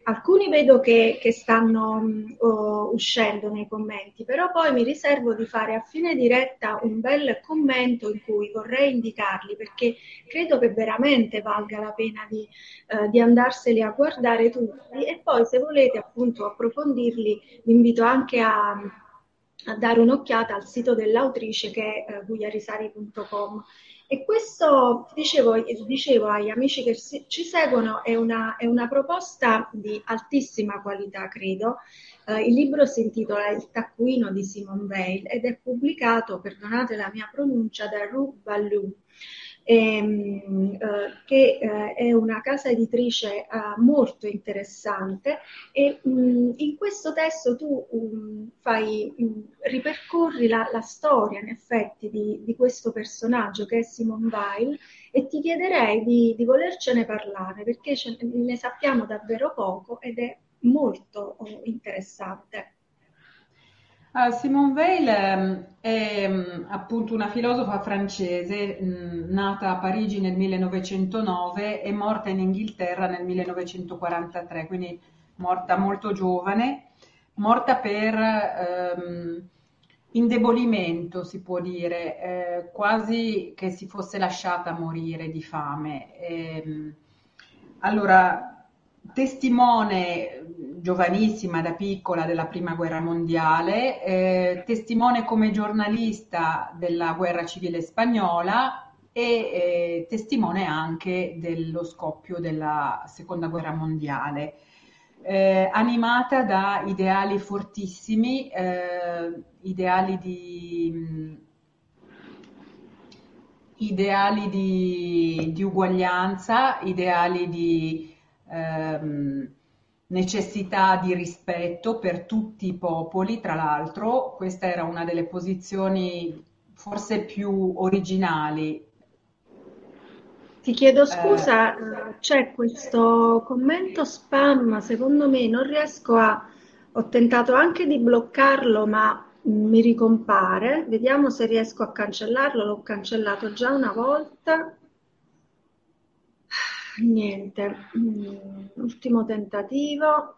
alcuni vedo che stanno uscendo nei commenti, però poi mi riservo di fare a fine diretta un bel commento in cui vorrei indicarli, perché credo che veramente valga la pena di andarseli a guardare tutti, e poi se volete appunto approfondirli vi invito anche a dare un'occhiata al sito dell'autrice, che è gugliarisari.com. E questo, dicevo agli amici che ci seguono, è una proposta di altissima qualità, credo. Il libro si intitola Il taccuino di Simone Weil ed è pubblicato, perdonate la mia pronuncia, da Rue Ballou, che è una casa editrice molto interessante. E in questo testo tu ripercorri la storia, in effetti, di questo personaggio che è Simone Weil, e ti chiederei di volercene parlare, perché ne sappiamo davvero poco ed è molto interessante. Simone Weil è appunto una filosofa francese, nata a Parigi nel 1909 e morta in Inghilterra nel 1943, quindi morta molto giovane, morta per indebolimento, si può dire, quasi che si fosse lasciata morire di fame. Allora, testimone giovanissima da piccola della Prima Guerra Mondiale, testimone come giornalista della Guerra Civile Spagnola e testimone anche dello scoppio della Seconda Guerra Mondiale. Animata da ideali fortissimi, ideali di uguaglianza, ideali di necessità di rispetto per tutti i popoli. Tra l'altro, questa era una delle posizioni forse più originali. Ti chiedo scusa, c'è questo commento spam, secondo me non riesco a... Ho tentato anche di bloccarlo, ma mi ricompare. Vediamo se riesco a cancellarlo. L'ho cancellato già una volta. Niente. Ultimo tentativo.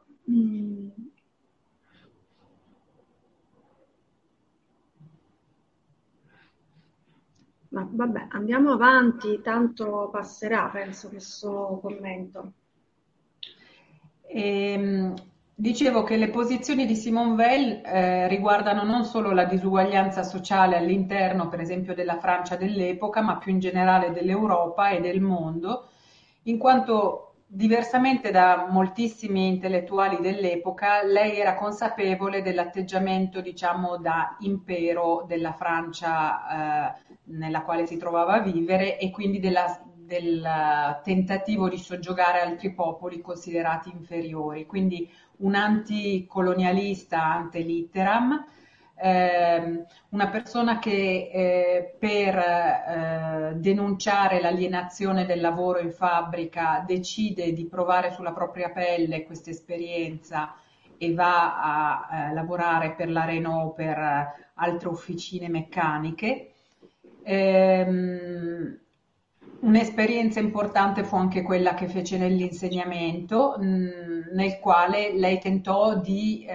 Ma vabbè, andiamo avanti, tanto passerà, penso, questo commento. Dicevo che le posizioni di Simone Weil riguardano non solo la disuguaglianza sociale all'interno, per esempio, della Francia dell'epoca, ma più in generale dell'Europa e del mondo, in quanto diversamente da moltissimi intellettuali dell'epoca, lei era consapevole dell'atteggiamento, diciamo, da impero della Francia nella quale si trovava a vivere, e quindi del tentativo di soggiogare altri popoli considerati inferiori. Quindi un anticolonialista ante litteram, una persona che per denunciare l'alienazione del lavoro in fabbrica decide di provare sulla propria pelle questa esperienza e va a lavorare per la Renault, per altre officine meccaniche. Un'esperienza importante fu anche quella che fece nell'insegnamento, nel quale lei tentò di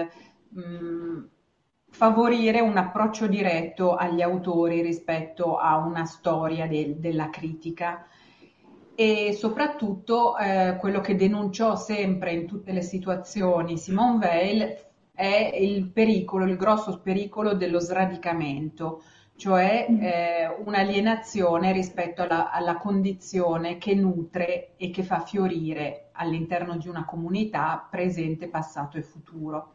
favorire un approccio diretto agli autori rispetto a una storia della critica. E soprattutto quello che denunciò sempre in tutte le situazioni Simone Weil è il pericolo, il grosso pericolo dello sradicamento, cioè un'alienazione rispetto alla condizione che nutre e che fa fiorire all'interno di una comunità presente, passato e futuro.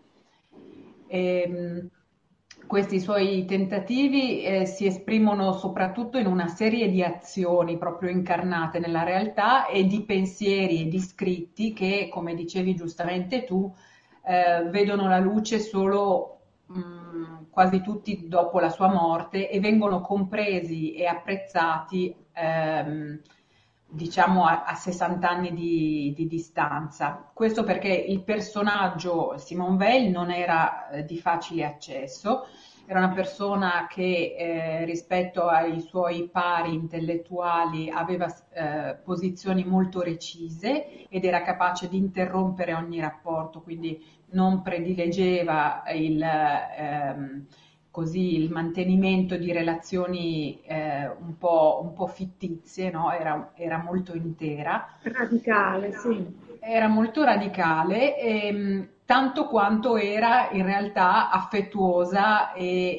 Questi suoi tentativi si esprimono soprattutto in una serie di azioni proprio incarnate nella realtà e di pensieri e di scritti che, come dicevi giustamente tu, vedono la luce solo quasi tutti dopo la sua morte e vengono compresi e apprezzati diciamo a 60 anni di distanza. Questo perché il personaggio Simone Weil non era di facile accesso, era una persona che rispetto ai suoi pari intellettuali aveva posizioni molto recise ed era capace di interrompere ogni rapporto, quindi non prediligeva così il mantenimento di relazioni un po' fittizie, no? Era molto intera. Radicale, sì. Era molto radicale, tanto quanto era in realtà affettuosa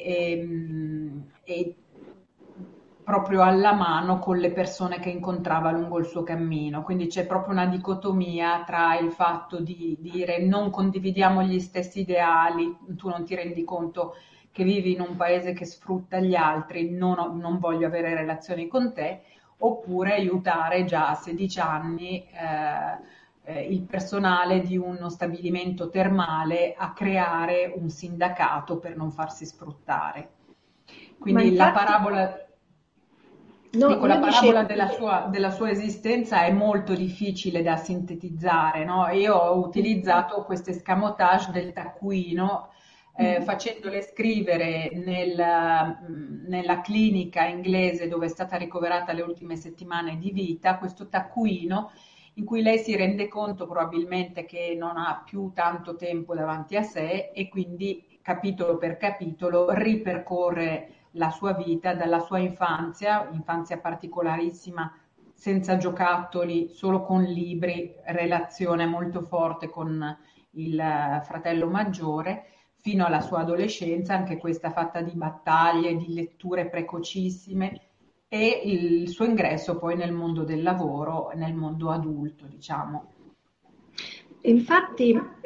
e proprio alla mano con le persone che incontrava lungo il suo cammino. Quindi c'è proprio una dicotomia tra il fatto di dire non condividiamo gli stessi ideali, tu non ti rendi conto che vivi in un paese che sfrutta gli altri, non voglio avere relazioni con te, oppure aiutare già a 16 anni il personale di uno stabilimento termale a creare un sindacato per non farsi sfruttare. Ma Quindi la infatti, parabola, no, dico, la io parabola dicevo, della sua esistenza è molto difficile da sintetizzare, no? Io ho utilizzato questo escamotage del taccuino facendole scrivere nella clinica inglese dove è stata ricoverata le ultime settimane di vita, questo taccuino in cui lei si rende conto probabilmente che non ha più tanto tempo davanti a sé e quindi capitolo per capitolo ripercorre la sua vita dalla sua infanzia, infanzia particolarissima, senza giocattoli, solo con libri, relazione molto forte con il fratello maggiore, fino alla sua adolescenza, anche questa fatta di battaglie, di letture precocissime e il suo ingresso poi nel mondo del lavoro, nel mondo adulto, diciamo. infatti,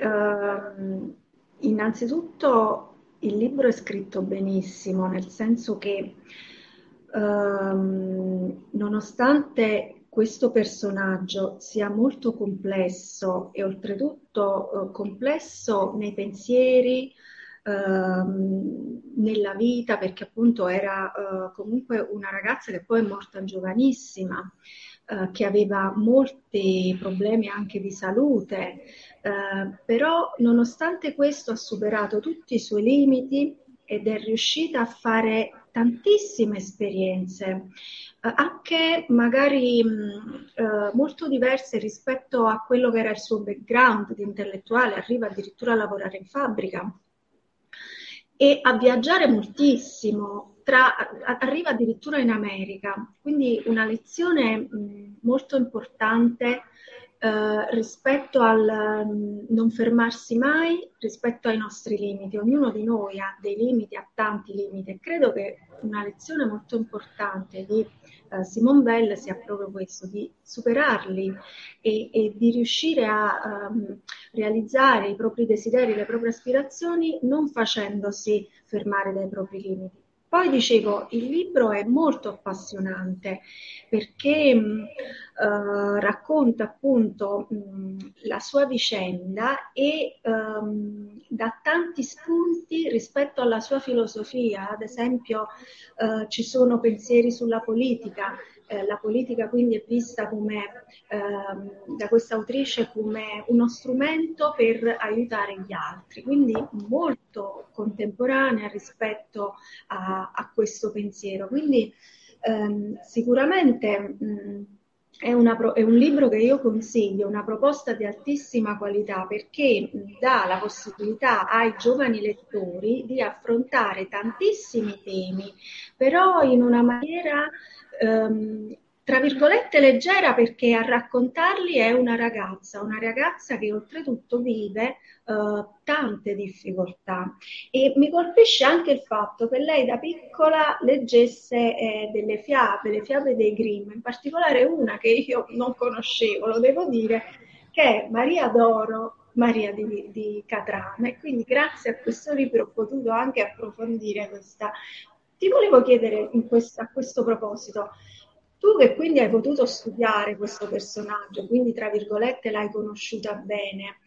innanzitutto il libro è scritto benissimo, nel senso che nonostante questo personaggio sia molto complesso e oltretutto complesso nei pensieri, nella vita, perché appunto era comunque una ragazza che poi è morta giovanissima, che aveva molti problemi anche di salute, però nonostante questo ha superato tutti i suoi limiti ed è riuscita a fare tantissime esperienze, anche magari molto diverse rispetto a quello che era il suo background di intellettuale, arriva addirittura a lavorare in fabbrica e a viaggiare moltissimo, arriva addirittura in America, quindi una lezione molto importante rispetto al non fermarsi mai, rispetto ai nostri limiti. Ognuno di noi ha dei limiti, ha tanti limiti e credo che una lezione molto importante di Simone Bell sia proprio questo, di superarli e di riuscire a realizzare i propri desideri, le proprie aspirazioni, non facendosi fermare dai propri limiti. Poi dicevo, il libro è molto appassionante perché racconta appunto la sua vicenda e dà tanti spunti rispetto alla sua filosofia. Ad esempio, ci sono pensieri sulla politica. La politica quindi è vista come, da questa autrice come uno strumento per aiutare gli altri, quindi molto contemporanea rispetto a questo pensiero. Quindi sicuramente è un libro che io consiglio, una proposta di altissima qualità perché dà la possibilità ai giovani lettori di affrontare tantissimi temi, però in una maniera tra virgolette leggera perché a raccontarli è una ragazza che oltretutto vive tante difficoltà e mi colpisce anche il fatto che lei da piccola leggesse delle fiabe, le fiabe dei Grimm, in particolare una che io non conoscevo, lo devo dire, che è Maria d'Oro, Maria di Catrame. E quindi grazie a questo libro ho potuto anche approfondire questa. Ti volevo chiedere a questo proposito, tu che quindi hai potuto studiare questo personaggio, quindi tra virgolette l'hai conosciuta bene,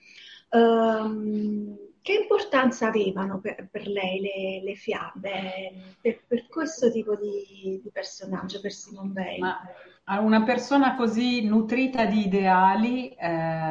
che importanza avevano per lei le fiabe, per questo tipo di personaggio, per Simone Weil? Ma a una persona così nutrita di ideali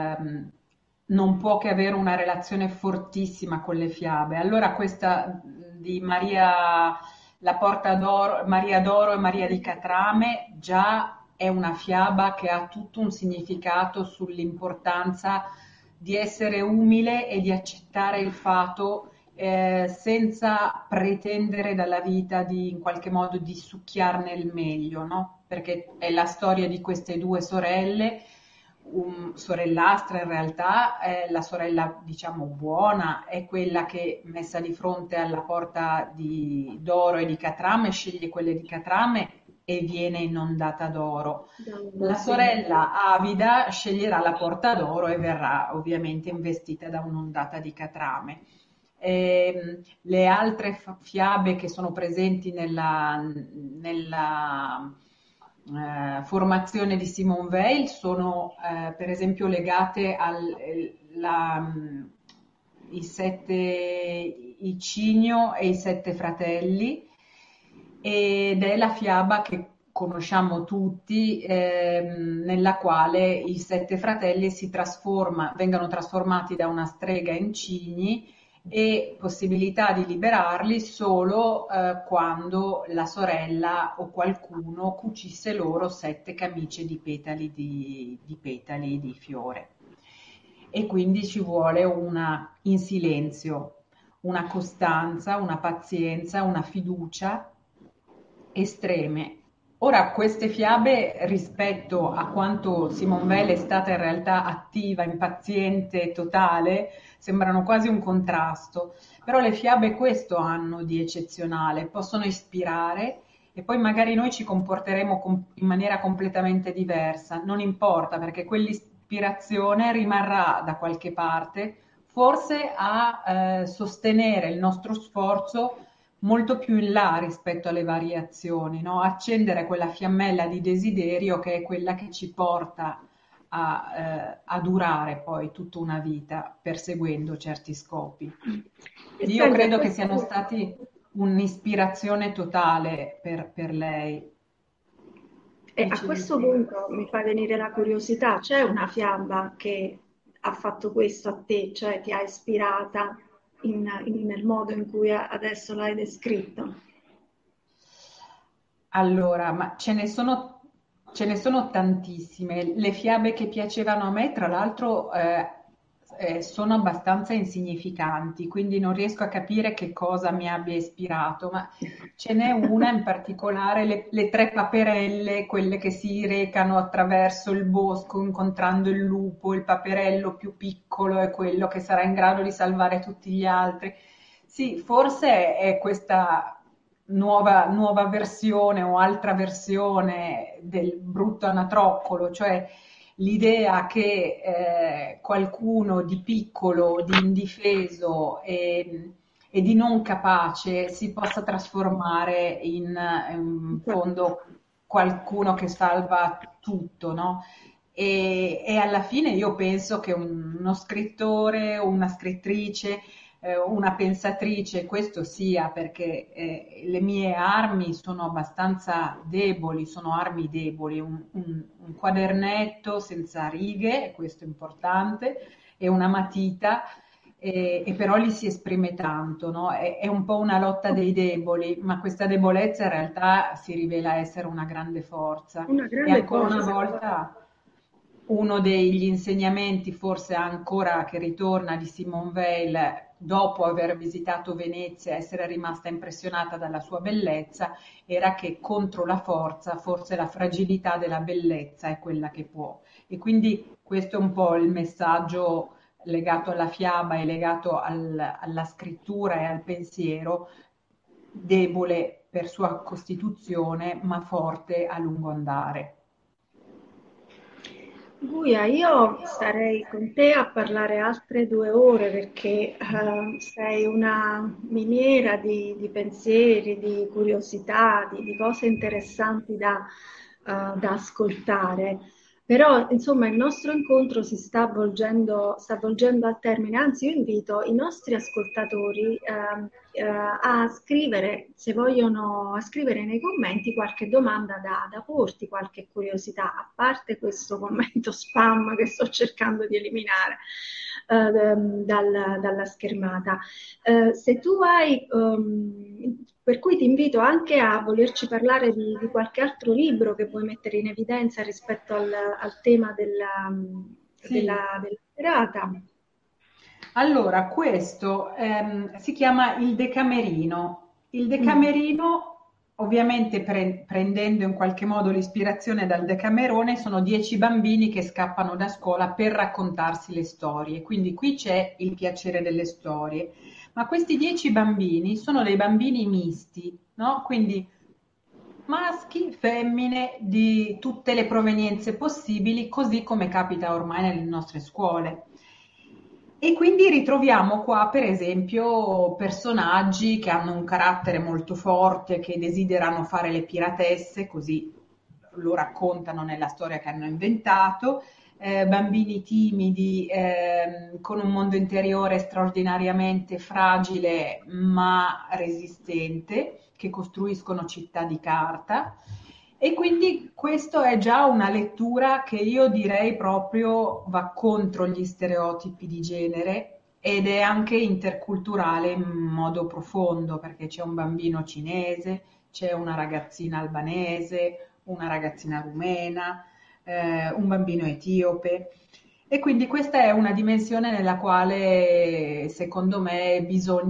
non può che avere una relazione fortissima con le fiabe. Allora questa di Maria, la Porta d'Oro, Maria d'Oro e Maria di Catrame già è una fiaba che ha tutto un significato sull'importanza di essere umile e di accettare il fato senza pretendere dalla vita di in qualche modo di succhiarne il meglio, no? Perché è la storia di queste due sorelle, sorellastra in realtà, la sorella diciamo buona è quella che messa di fronte alla porta d'oro e di Catrame sceglie quelle di Catrame e viene inondata d'oro. La Sì. sorella avida sceglierà la porta d'oro e verrà ovviamente investita da un'ondata di catrame. Le altre fiabe che sono presenti nella formazione di Simone Weil sono per esempio legate i Cigno e i sette fratelli, ed è la fiaba che conosciamo tutti, nella quale i sette fratelli vengono trasformati da una strega in cigni e possibilità di liberarli solo quando la sorella o qualcuno cucisse loro sette camicie di petali di petali di fiore. E quindi ci vuole in silenzio, una costanza, una pazienza, una fiducia estreme. Ora, queste fiabe, rispetto a quanto Simone Weil è stata in realtà attiva, impaziente, totale, sembrano quasi un contrasto, però le fiabe questo hanno di eccezionale, possono ispirare e poi magari noi ci comporteremo in maniera completamente diversa, non importa perché quell'ispirazione rimarrà da qualche parte, forse a sostenere il nostro sforzo molto più in là rispetto alle variazioni, no? Accendere quella fiammella di desiderio che è quella che ci porta a durare poi tutta una vita perseguendo certi scopi. E Io senti, credo che siano stati un'ispirazione totale per lei. a Dicevi questo sì. punto mi fa venire la curiosità, c'è una fiaba che ha fatto questo a te, cioè ti ha ispirata nel modo in cui adesso l'hai descritto? Allora, ma ce ne sono tantissime. Le fiabe che piacevano a me, tra l'altro, sono abbastanza insignificanti, quindi non riesco a capire che cosa mi abbia ispirato, ma ce n'è una in particolare, le tre paperelle, quelle che si recano attraverso il bosco incontrando il lupo, il paperello più piccolo è quello che sarà in grado di salvare tutti gli altri. Sì, forse è questa nuova versione o altra versione del brutto anatroccolo, cioè l'idea che qualcuno di piccolo, di indifeso e di non capace si possa trasformare in fondo qualcuno che salva tutto, no? E alla fine io penso che uno scrittore o una scrittrice, una pensatrice, questo sia perché le mie armi sono abbastanza deboli, sono armi deboli, un quadernetto senza righe, e questo è importante, e una matita, e però lì si esprime tanto, no? È un po' una lotta dei deboli, ma questa debolezza in realtà si rivela essere una grande forza. Una E grande ancora una forza. volta uno degli insegnamenti, forse ancora che ritorna di Simone Weil, dopo aver visitato Venezia, essere rimasta impressionata dalla sua bellezza, era che contro la forza, forse la fragilità della bellezza è quella che può. E quindi questo è un po' il messaggio legato alla fiaba e legato alla scrittura e al pensiero, debole per sua costituzione, ma forte a lungo andare. Guia, io starei con te a parlare altre 2 ore perché sei una miniera di pensieri, di curiosità, di cose interessanti da ascoltare. Però, insomma, il nostro incontro sta volgendo al termine. Anzi, io invito i nostri ascoltatori a scrivere, se vogliono, a scrivere nei commenti qualche domanda da porti, qualche curiosità, a parte questo commento spam che sto cercando di eliminare dalla schermata. Se tu hai, per cui ti invito anche a volerci parlare di qualche altro libro che vuoi mettere in evidenza rispetto al tema Sì. della serata. Allora, questo si chiama Il Decamerino. Il Mm. Decamerino, ovviamente prendendo in qualche modo l'ispirazione dal Decamerone, sono 10 bambini che scappano da scuola per raccontarsi le storie. Quindi qui c'è il piacere delle storie. Ma questi 10 bambini sono dei bambini misti, no? Quindi maschi, femmine di tutte le provenienze possibili, così come capita ormai nelle nostre scuole. E quindi ritroviamo qua, per esempio, personaggi che hanno un carattere molto forte, che desiderano fare le piratesse, così lo raccontano nella storia che hanno inventato, bambini timidi, con un mondo interiore straordinariamente fragile ma resistente, che costruiscono città di carta. E quindi questo è già una lettura che io direi proprio va contro gli stereotipi di genere ed è anche interculturale in modo profondo, perché c'è un bambino cinese, c'è una ragazzina albanese, una ragazzina rumena, un bambino etiope. E quindi questa è una dimensione nella quale secondo me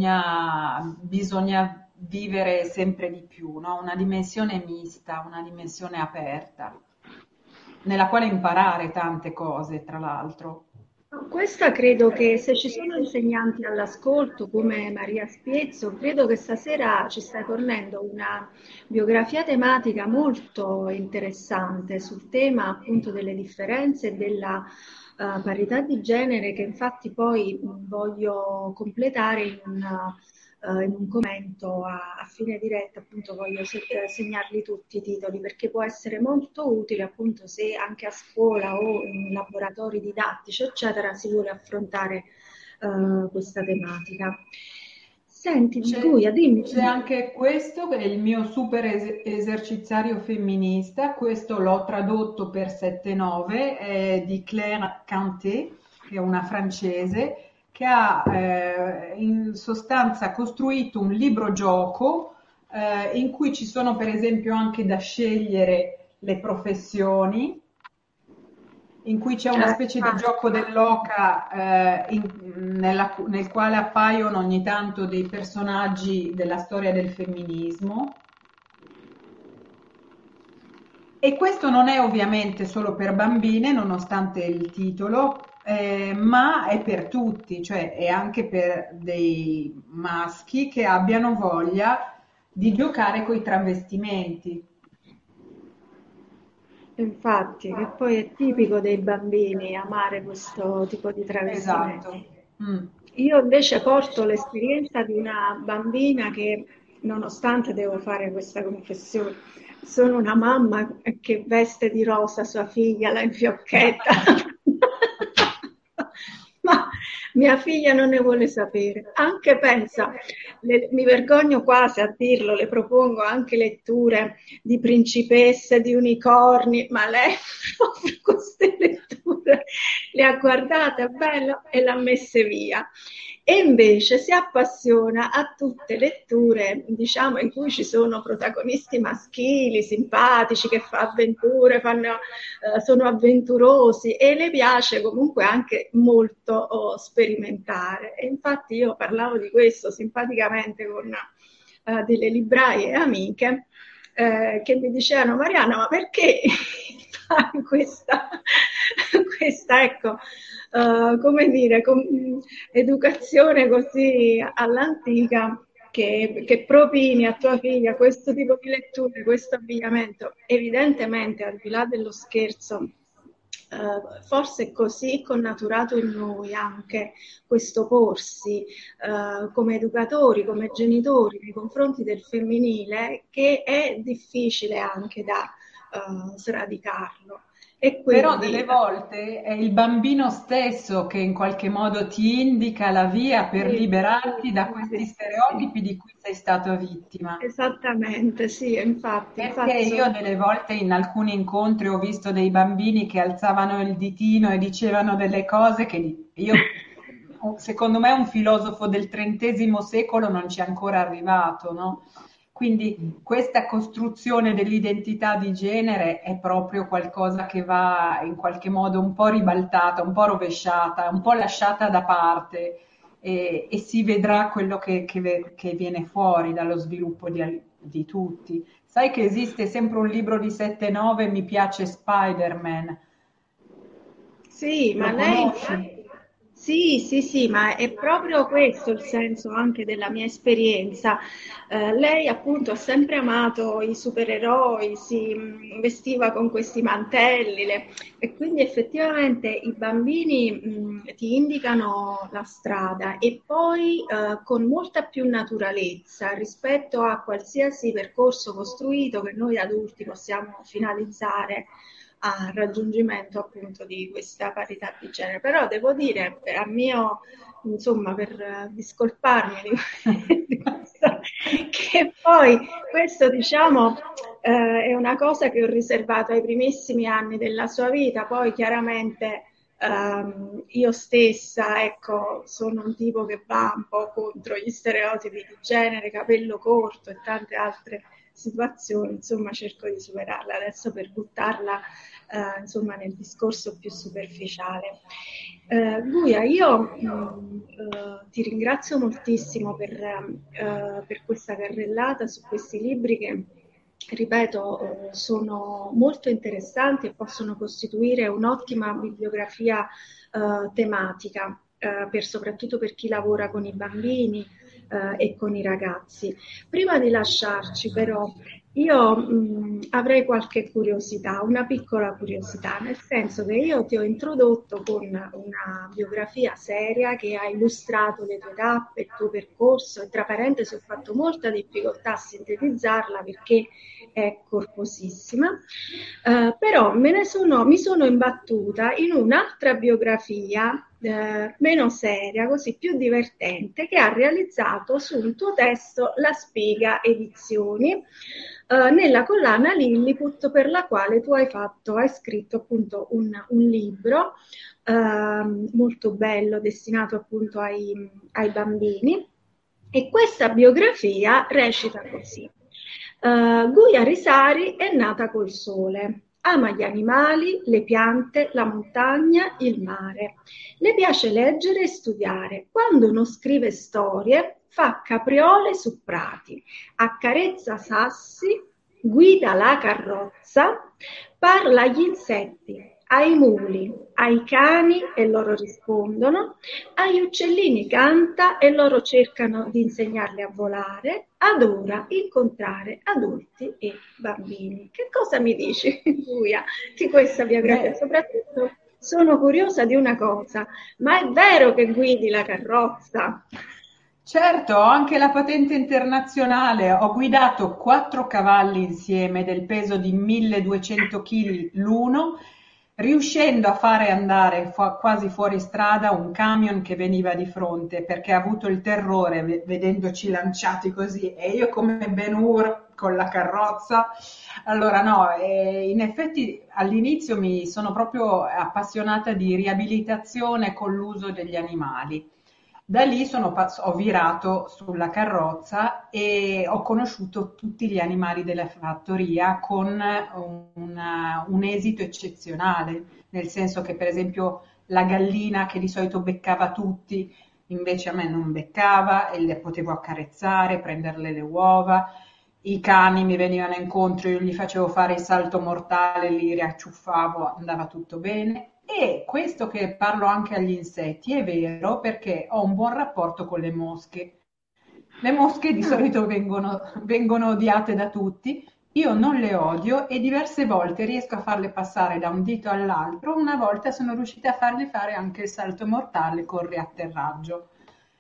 bisogna vivere sempre di più, no? Una dimensione mista, una dimensione aperta, nella quale imparare tante cose, tra l'altro. Questa credo che se ci sono insegnanti all'ascolto come Maria Spiezzo, credo che stasera ci stai fornendo una biografia tematica molto interessante sul tema appunto delle differenze e della parità di genere che infatti poi voglio completare in un commento a fine diretta, appunto voglio segnarli tutti i titoli perché può essere molto utile appunto se anche a scuola o in laboratori didattici, eccetera, si vuole affrontare questa tematica. Senti, C'è Guia, dimmi. c'è anche questo, che è il mio super esercitario femminista, questo l'ho tradotto per 7-9, è di Claire Cantet, che è una francese, che ha in sostanza costruito un libro gioco in cui ci sono per esempio anche da scegliere le professioni, in cui c'è una specie di gioco dell'oca nel quale appaiono ogni tanto dei personaggi della storia del femminismo. E questo non è ovviamente solo per bambine, nonostante il titolo, ma è per tutti, cioè è anche per dei maschi che abbiano voglia di giocare coi travestimenti. Infatti, che poi è tipico dei bambini amare questo tipo di Esatto. travestimenti. Mm. Io invece porto l'esperienza di una bambina che, nonostante devo fare questa confessione, sono una mamma che veste di rosa sua figlia, la infiocchetta. Ma mia figlia non ne vuole sapere. Anche pensa, mi vergogno quasi a dirlo, le propongo anche letture di principesse, di unicorni, ma lei proprio queste letture le ha guardate a bello e le ha messe via. E invece si appassiona a tutte letture, diciamo, in cui ci sono protagonisti maschili, simpatici, che fanno avventure, sono avventurosi e le piace comunque anche molto sperimentare. E infatti io parlavo di questo simpaticamente con delle libraie amiche che mi dicevano Mariana, ma perché fai questa ecco, come dire, educazione così all'antica che propini a tua figlia questo tipo di letture, questo abbigliamento, evidentemente al di là dello scherzo, forse è così connaturato in noi anche questo porsi come educatori, come genitori nei confronti del femminile, che è difficile anche da sradicarlo. E Però quindi delle volte è il bambino stesso che in qualche modo ti indica la via per sì, liberarti da sì, questi sì, sì. stereotipi di cui sei stato vittima. Esattamente, sì, infatti, Perché infatti io delle volte in alcuni incontri ho visto dei bambini che alzavano il ditino e dicevano delle cose che io, secondo me, un filosofo del XX secolo non ci è ancora arrivato, no? Quindi questa costruzione dell'identità di genere è proprio qualcosa che va in qualche modo un po' ribaltata, un po' rovesciata, un po' lasciata da parte e si vedrà quello che viene fuori dallo sviluppo di tutti. Sai che esiste sempre un libro di 7-9, Mi piace Spider-Man? sì, ma Lo lei conosci? sì, sì, sì, ma è proprio questo il senso anche della mia esperienza. Lei appunto ha sempre amato i supereroi, si vestiva con questi mantelli e quindi effettivamente i bambini ti indicano la strada e poi con molta più naturalezza rispetto a qualsiasi percorso costruito che noi adulti possiamo finalizzare al raggiungimento appunto di questa parità di genere. Però devo dire, a mio, insomma, per discolparmi di questo, che poi questo diciamo è una cosa che ho riservato ai primissimi anni della sua vita, poi chiaramente io stessa, ecco, sono un tipo che va un po' contro gli stereotipi di genere, capello corto e tante altre situazioni, insomma, cerco di superarla adesso per buttarla insomma, nel discorso più superficiale. Guia, io ti ringrazio moltissimo per questa carrellata su questi libri che, ripeto, sono molto interessanti e possono costituire un'ottima bibliografia tematica, soprattutto per chi lavora con i bambini e con i ragazzi. Prima di lasciarci però, io avrei qualche curiosità, una piccola curiosità, nel senso che io ti ho introdotto con una biografia seria che ha illustrato le tue tappe, il tuo percorso e tra parentesi ho fatto molta difficoltà a sintetizzarla perché è corposissima, però mi sono imbattuta in un'altra biografia meno seria, così più divertente, che ha realizzato sul tuo testo La Spiga Edizioni, nella collana Lilliput per la quale hai scritto appunto un libro molto bello destinato appunto ai bambini e questa biografia recita così. Guia Risari è nata col sole, ama gli animali, le piante, la montagna, il mare. Le piace leggere e studiare. Quando non scrive storie, fa capriole su prati, accarezza sassi, guida la carrozza, parla agli insetti, ai muli, ai cani e loro rispondono, agli uccellini canta e loro cercano di insegnarli a volare, adora incontrare adulti e bambini. Che cosa mi dici, Buia, di questa biografia? Beh, Soprattutto sono curiosa di una cosa, ma è vero che guidi la carrozza? certo, ho anche la patente internazionale, ho guidato 4 cavalli insieme del peso di 1200 kg l'uno, riuscendo a fare andare quasi fuori strada un camion che veniva di fronte perché ha avuto il terrore vedendoci lanciati così e io come Ben Hur con la carrozza. Allora no, in effetti all'inizio mi sono proprio appassionata di riabilitazione con l'uso degli animali. Da lì ho virato sulla carrozza e ho conosciuto tutti gli animali della fattoria con un esito eccezionale, nel senso che per esempio la gallina che di solito beccava tutti, invece a me non beccava e le potevo accarezzare, prenderle le uova. I cani mi venivano incontro, io gli facevo fare il salto mortale, li riacciuffavo, andava tutto bene. E questo che parlo anche agli insetti è vero perché ho un buon rapporto con le mosche. Le mosche di Ah, solito vengono odiate da tutti, io non le odio e diverse volte riesco a farle passare da un dito all'altro. Una volta sono riuscita a farle fare anche il salto mortale con riatterraggio.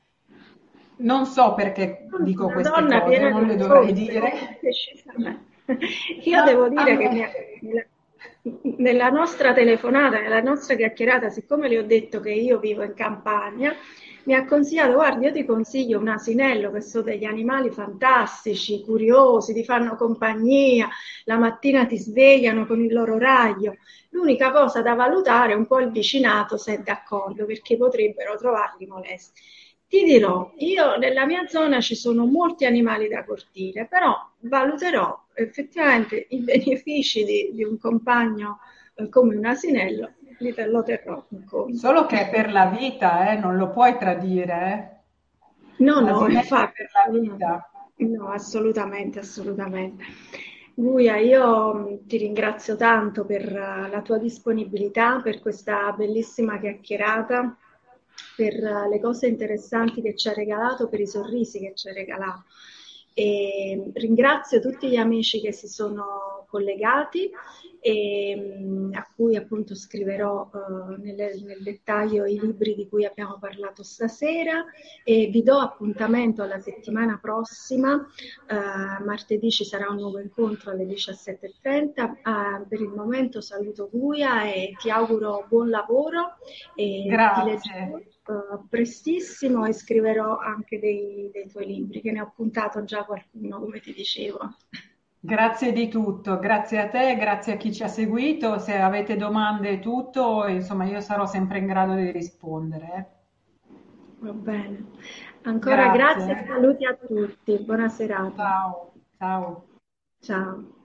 Non so perché sono dico una queste donna cose, piena di non le dovrei risorse, dire, decisamente. Io ma devo a dire che me... nella nostra telefonata, nella nostra chiacchierata, siccome le ho detto che io vivo in campagna, mi ha consigliato, guarda, io ti consiglio un asinello, che sono degli animali fantastici, curiosi, ti fanno compagnia, la mattina ti svegliano con il loro raglio. L'unica cosa da valutare è un po' il vicinato, se è d'accordo, perché potrebbero trovarli molesti. Ti dirò, io nella mia zona ci sono molti animali da cortile, però valuterò effettivamente i benefici di un compagno come un asinello, lo terrò in conto. Solo che è per la vita, non lo puoi tradire, No, no, L'asinello è infatti, per la vita. no, assolutamente, assolutamente. Guia, io ti ringrazio tanto per la tua disponibilità, per questa bellissima chiacchierata, per le cose interessanti che ci hai regalato, per i sorrisi che ci hai regalato. E ringrazio tutti gli amici che si sono collegati e a cui appunto scriverò nel dettaglio i libri di cui abbiamo parlato stasera e vi do appuntamento alla settimana prossima. Martedì ci sarà un nuovo incontro alle 17:30. Per il momento saluto Guia e ti auguro buon lavoro e ti leggerò Grazie, prestissimo e scriverò anche dei tuoi libri, che ne ho appuntato già qualcuno, come ti dicevo. grazie di tutto, grazie a te, grazie a chi ci ha seguito. Se avete domande e tutto, insomma, io sarò sempre in grado di rispondere. Va bene. Ancora grazie e Grazie, saluti a tutti. Buona serata. ciao, ciao. Ciao.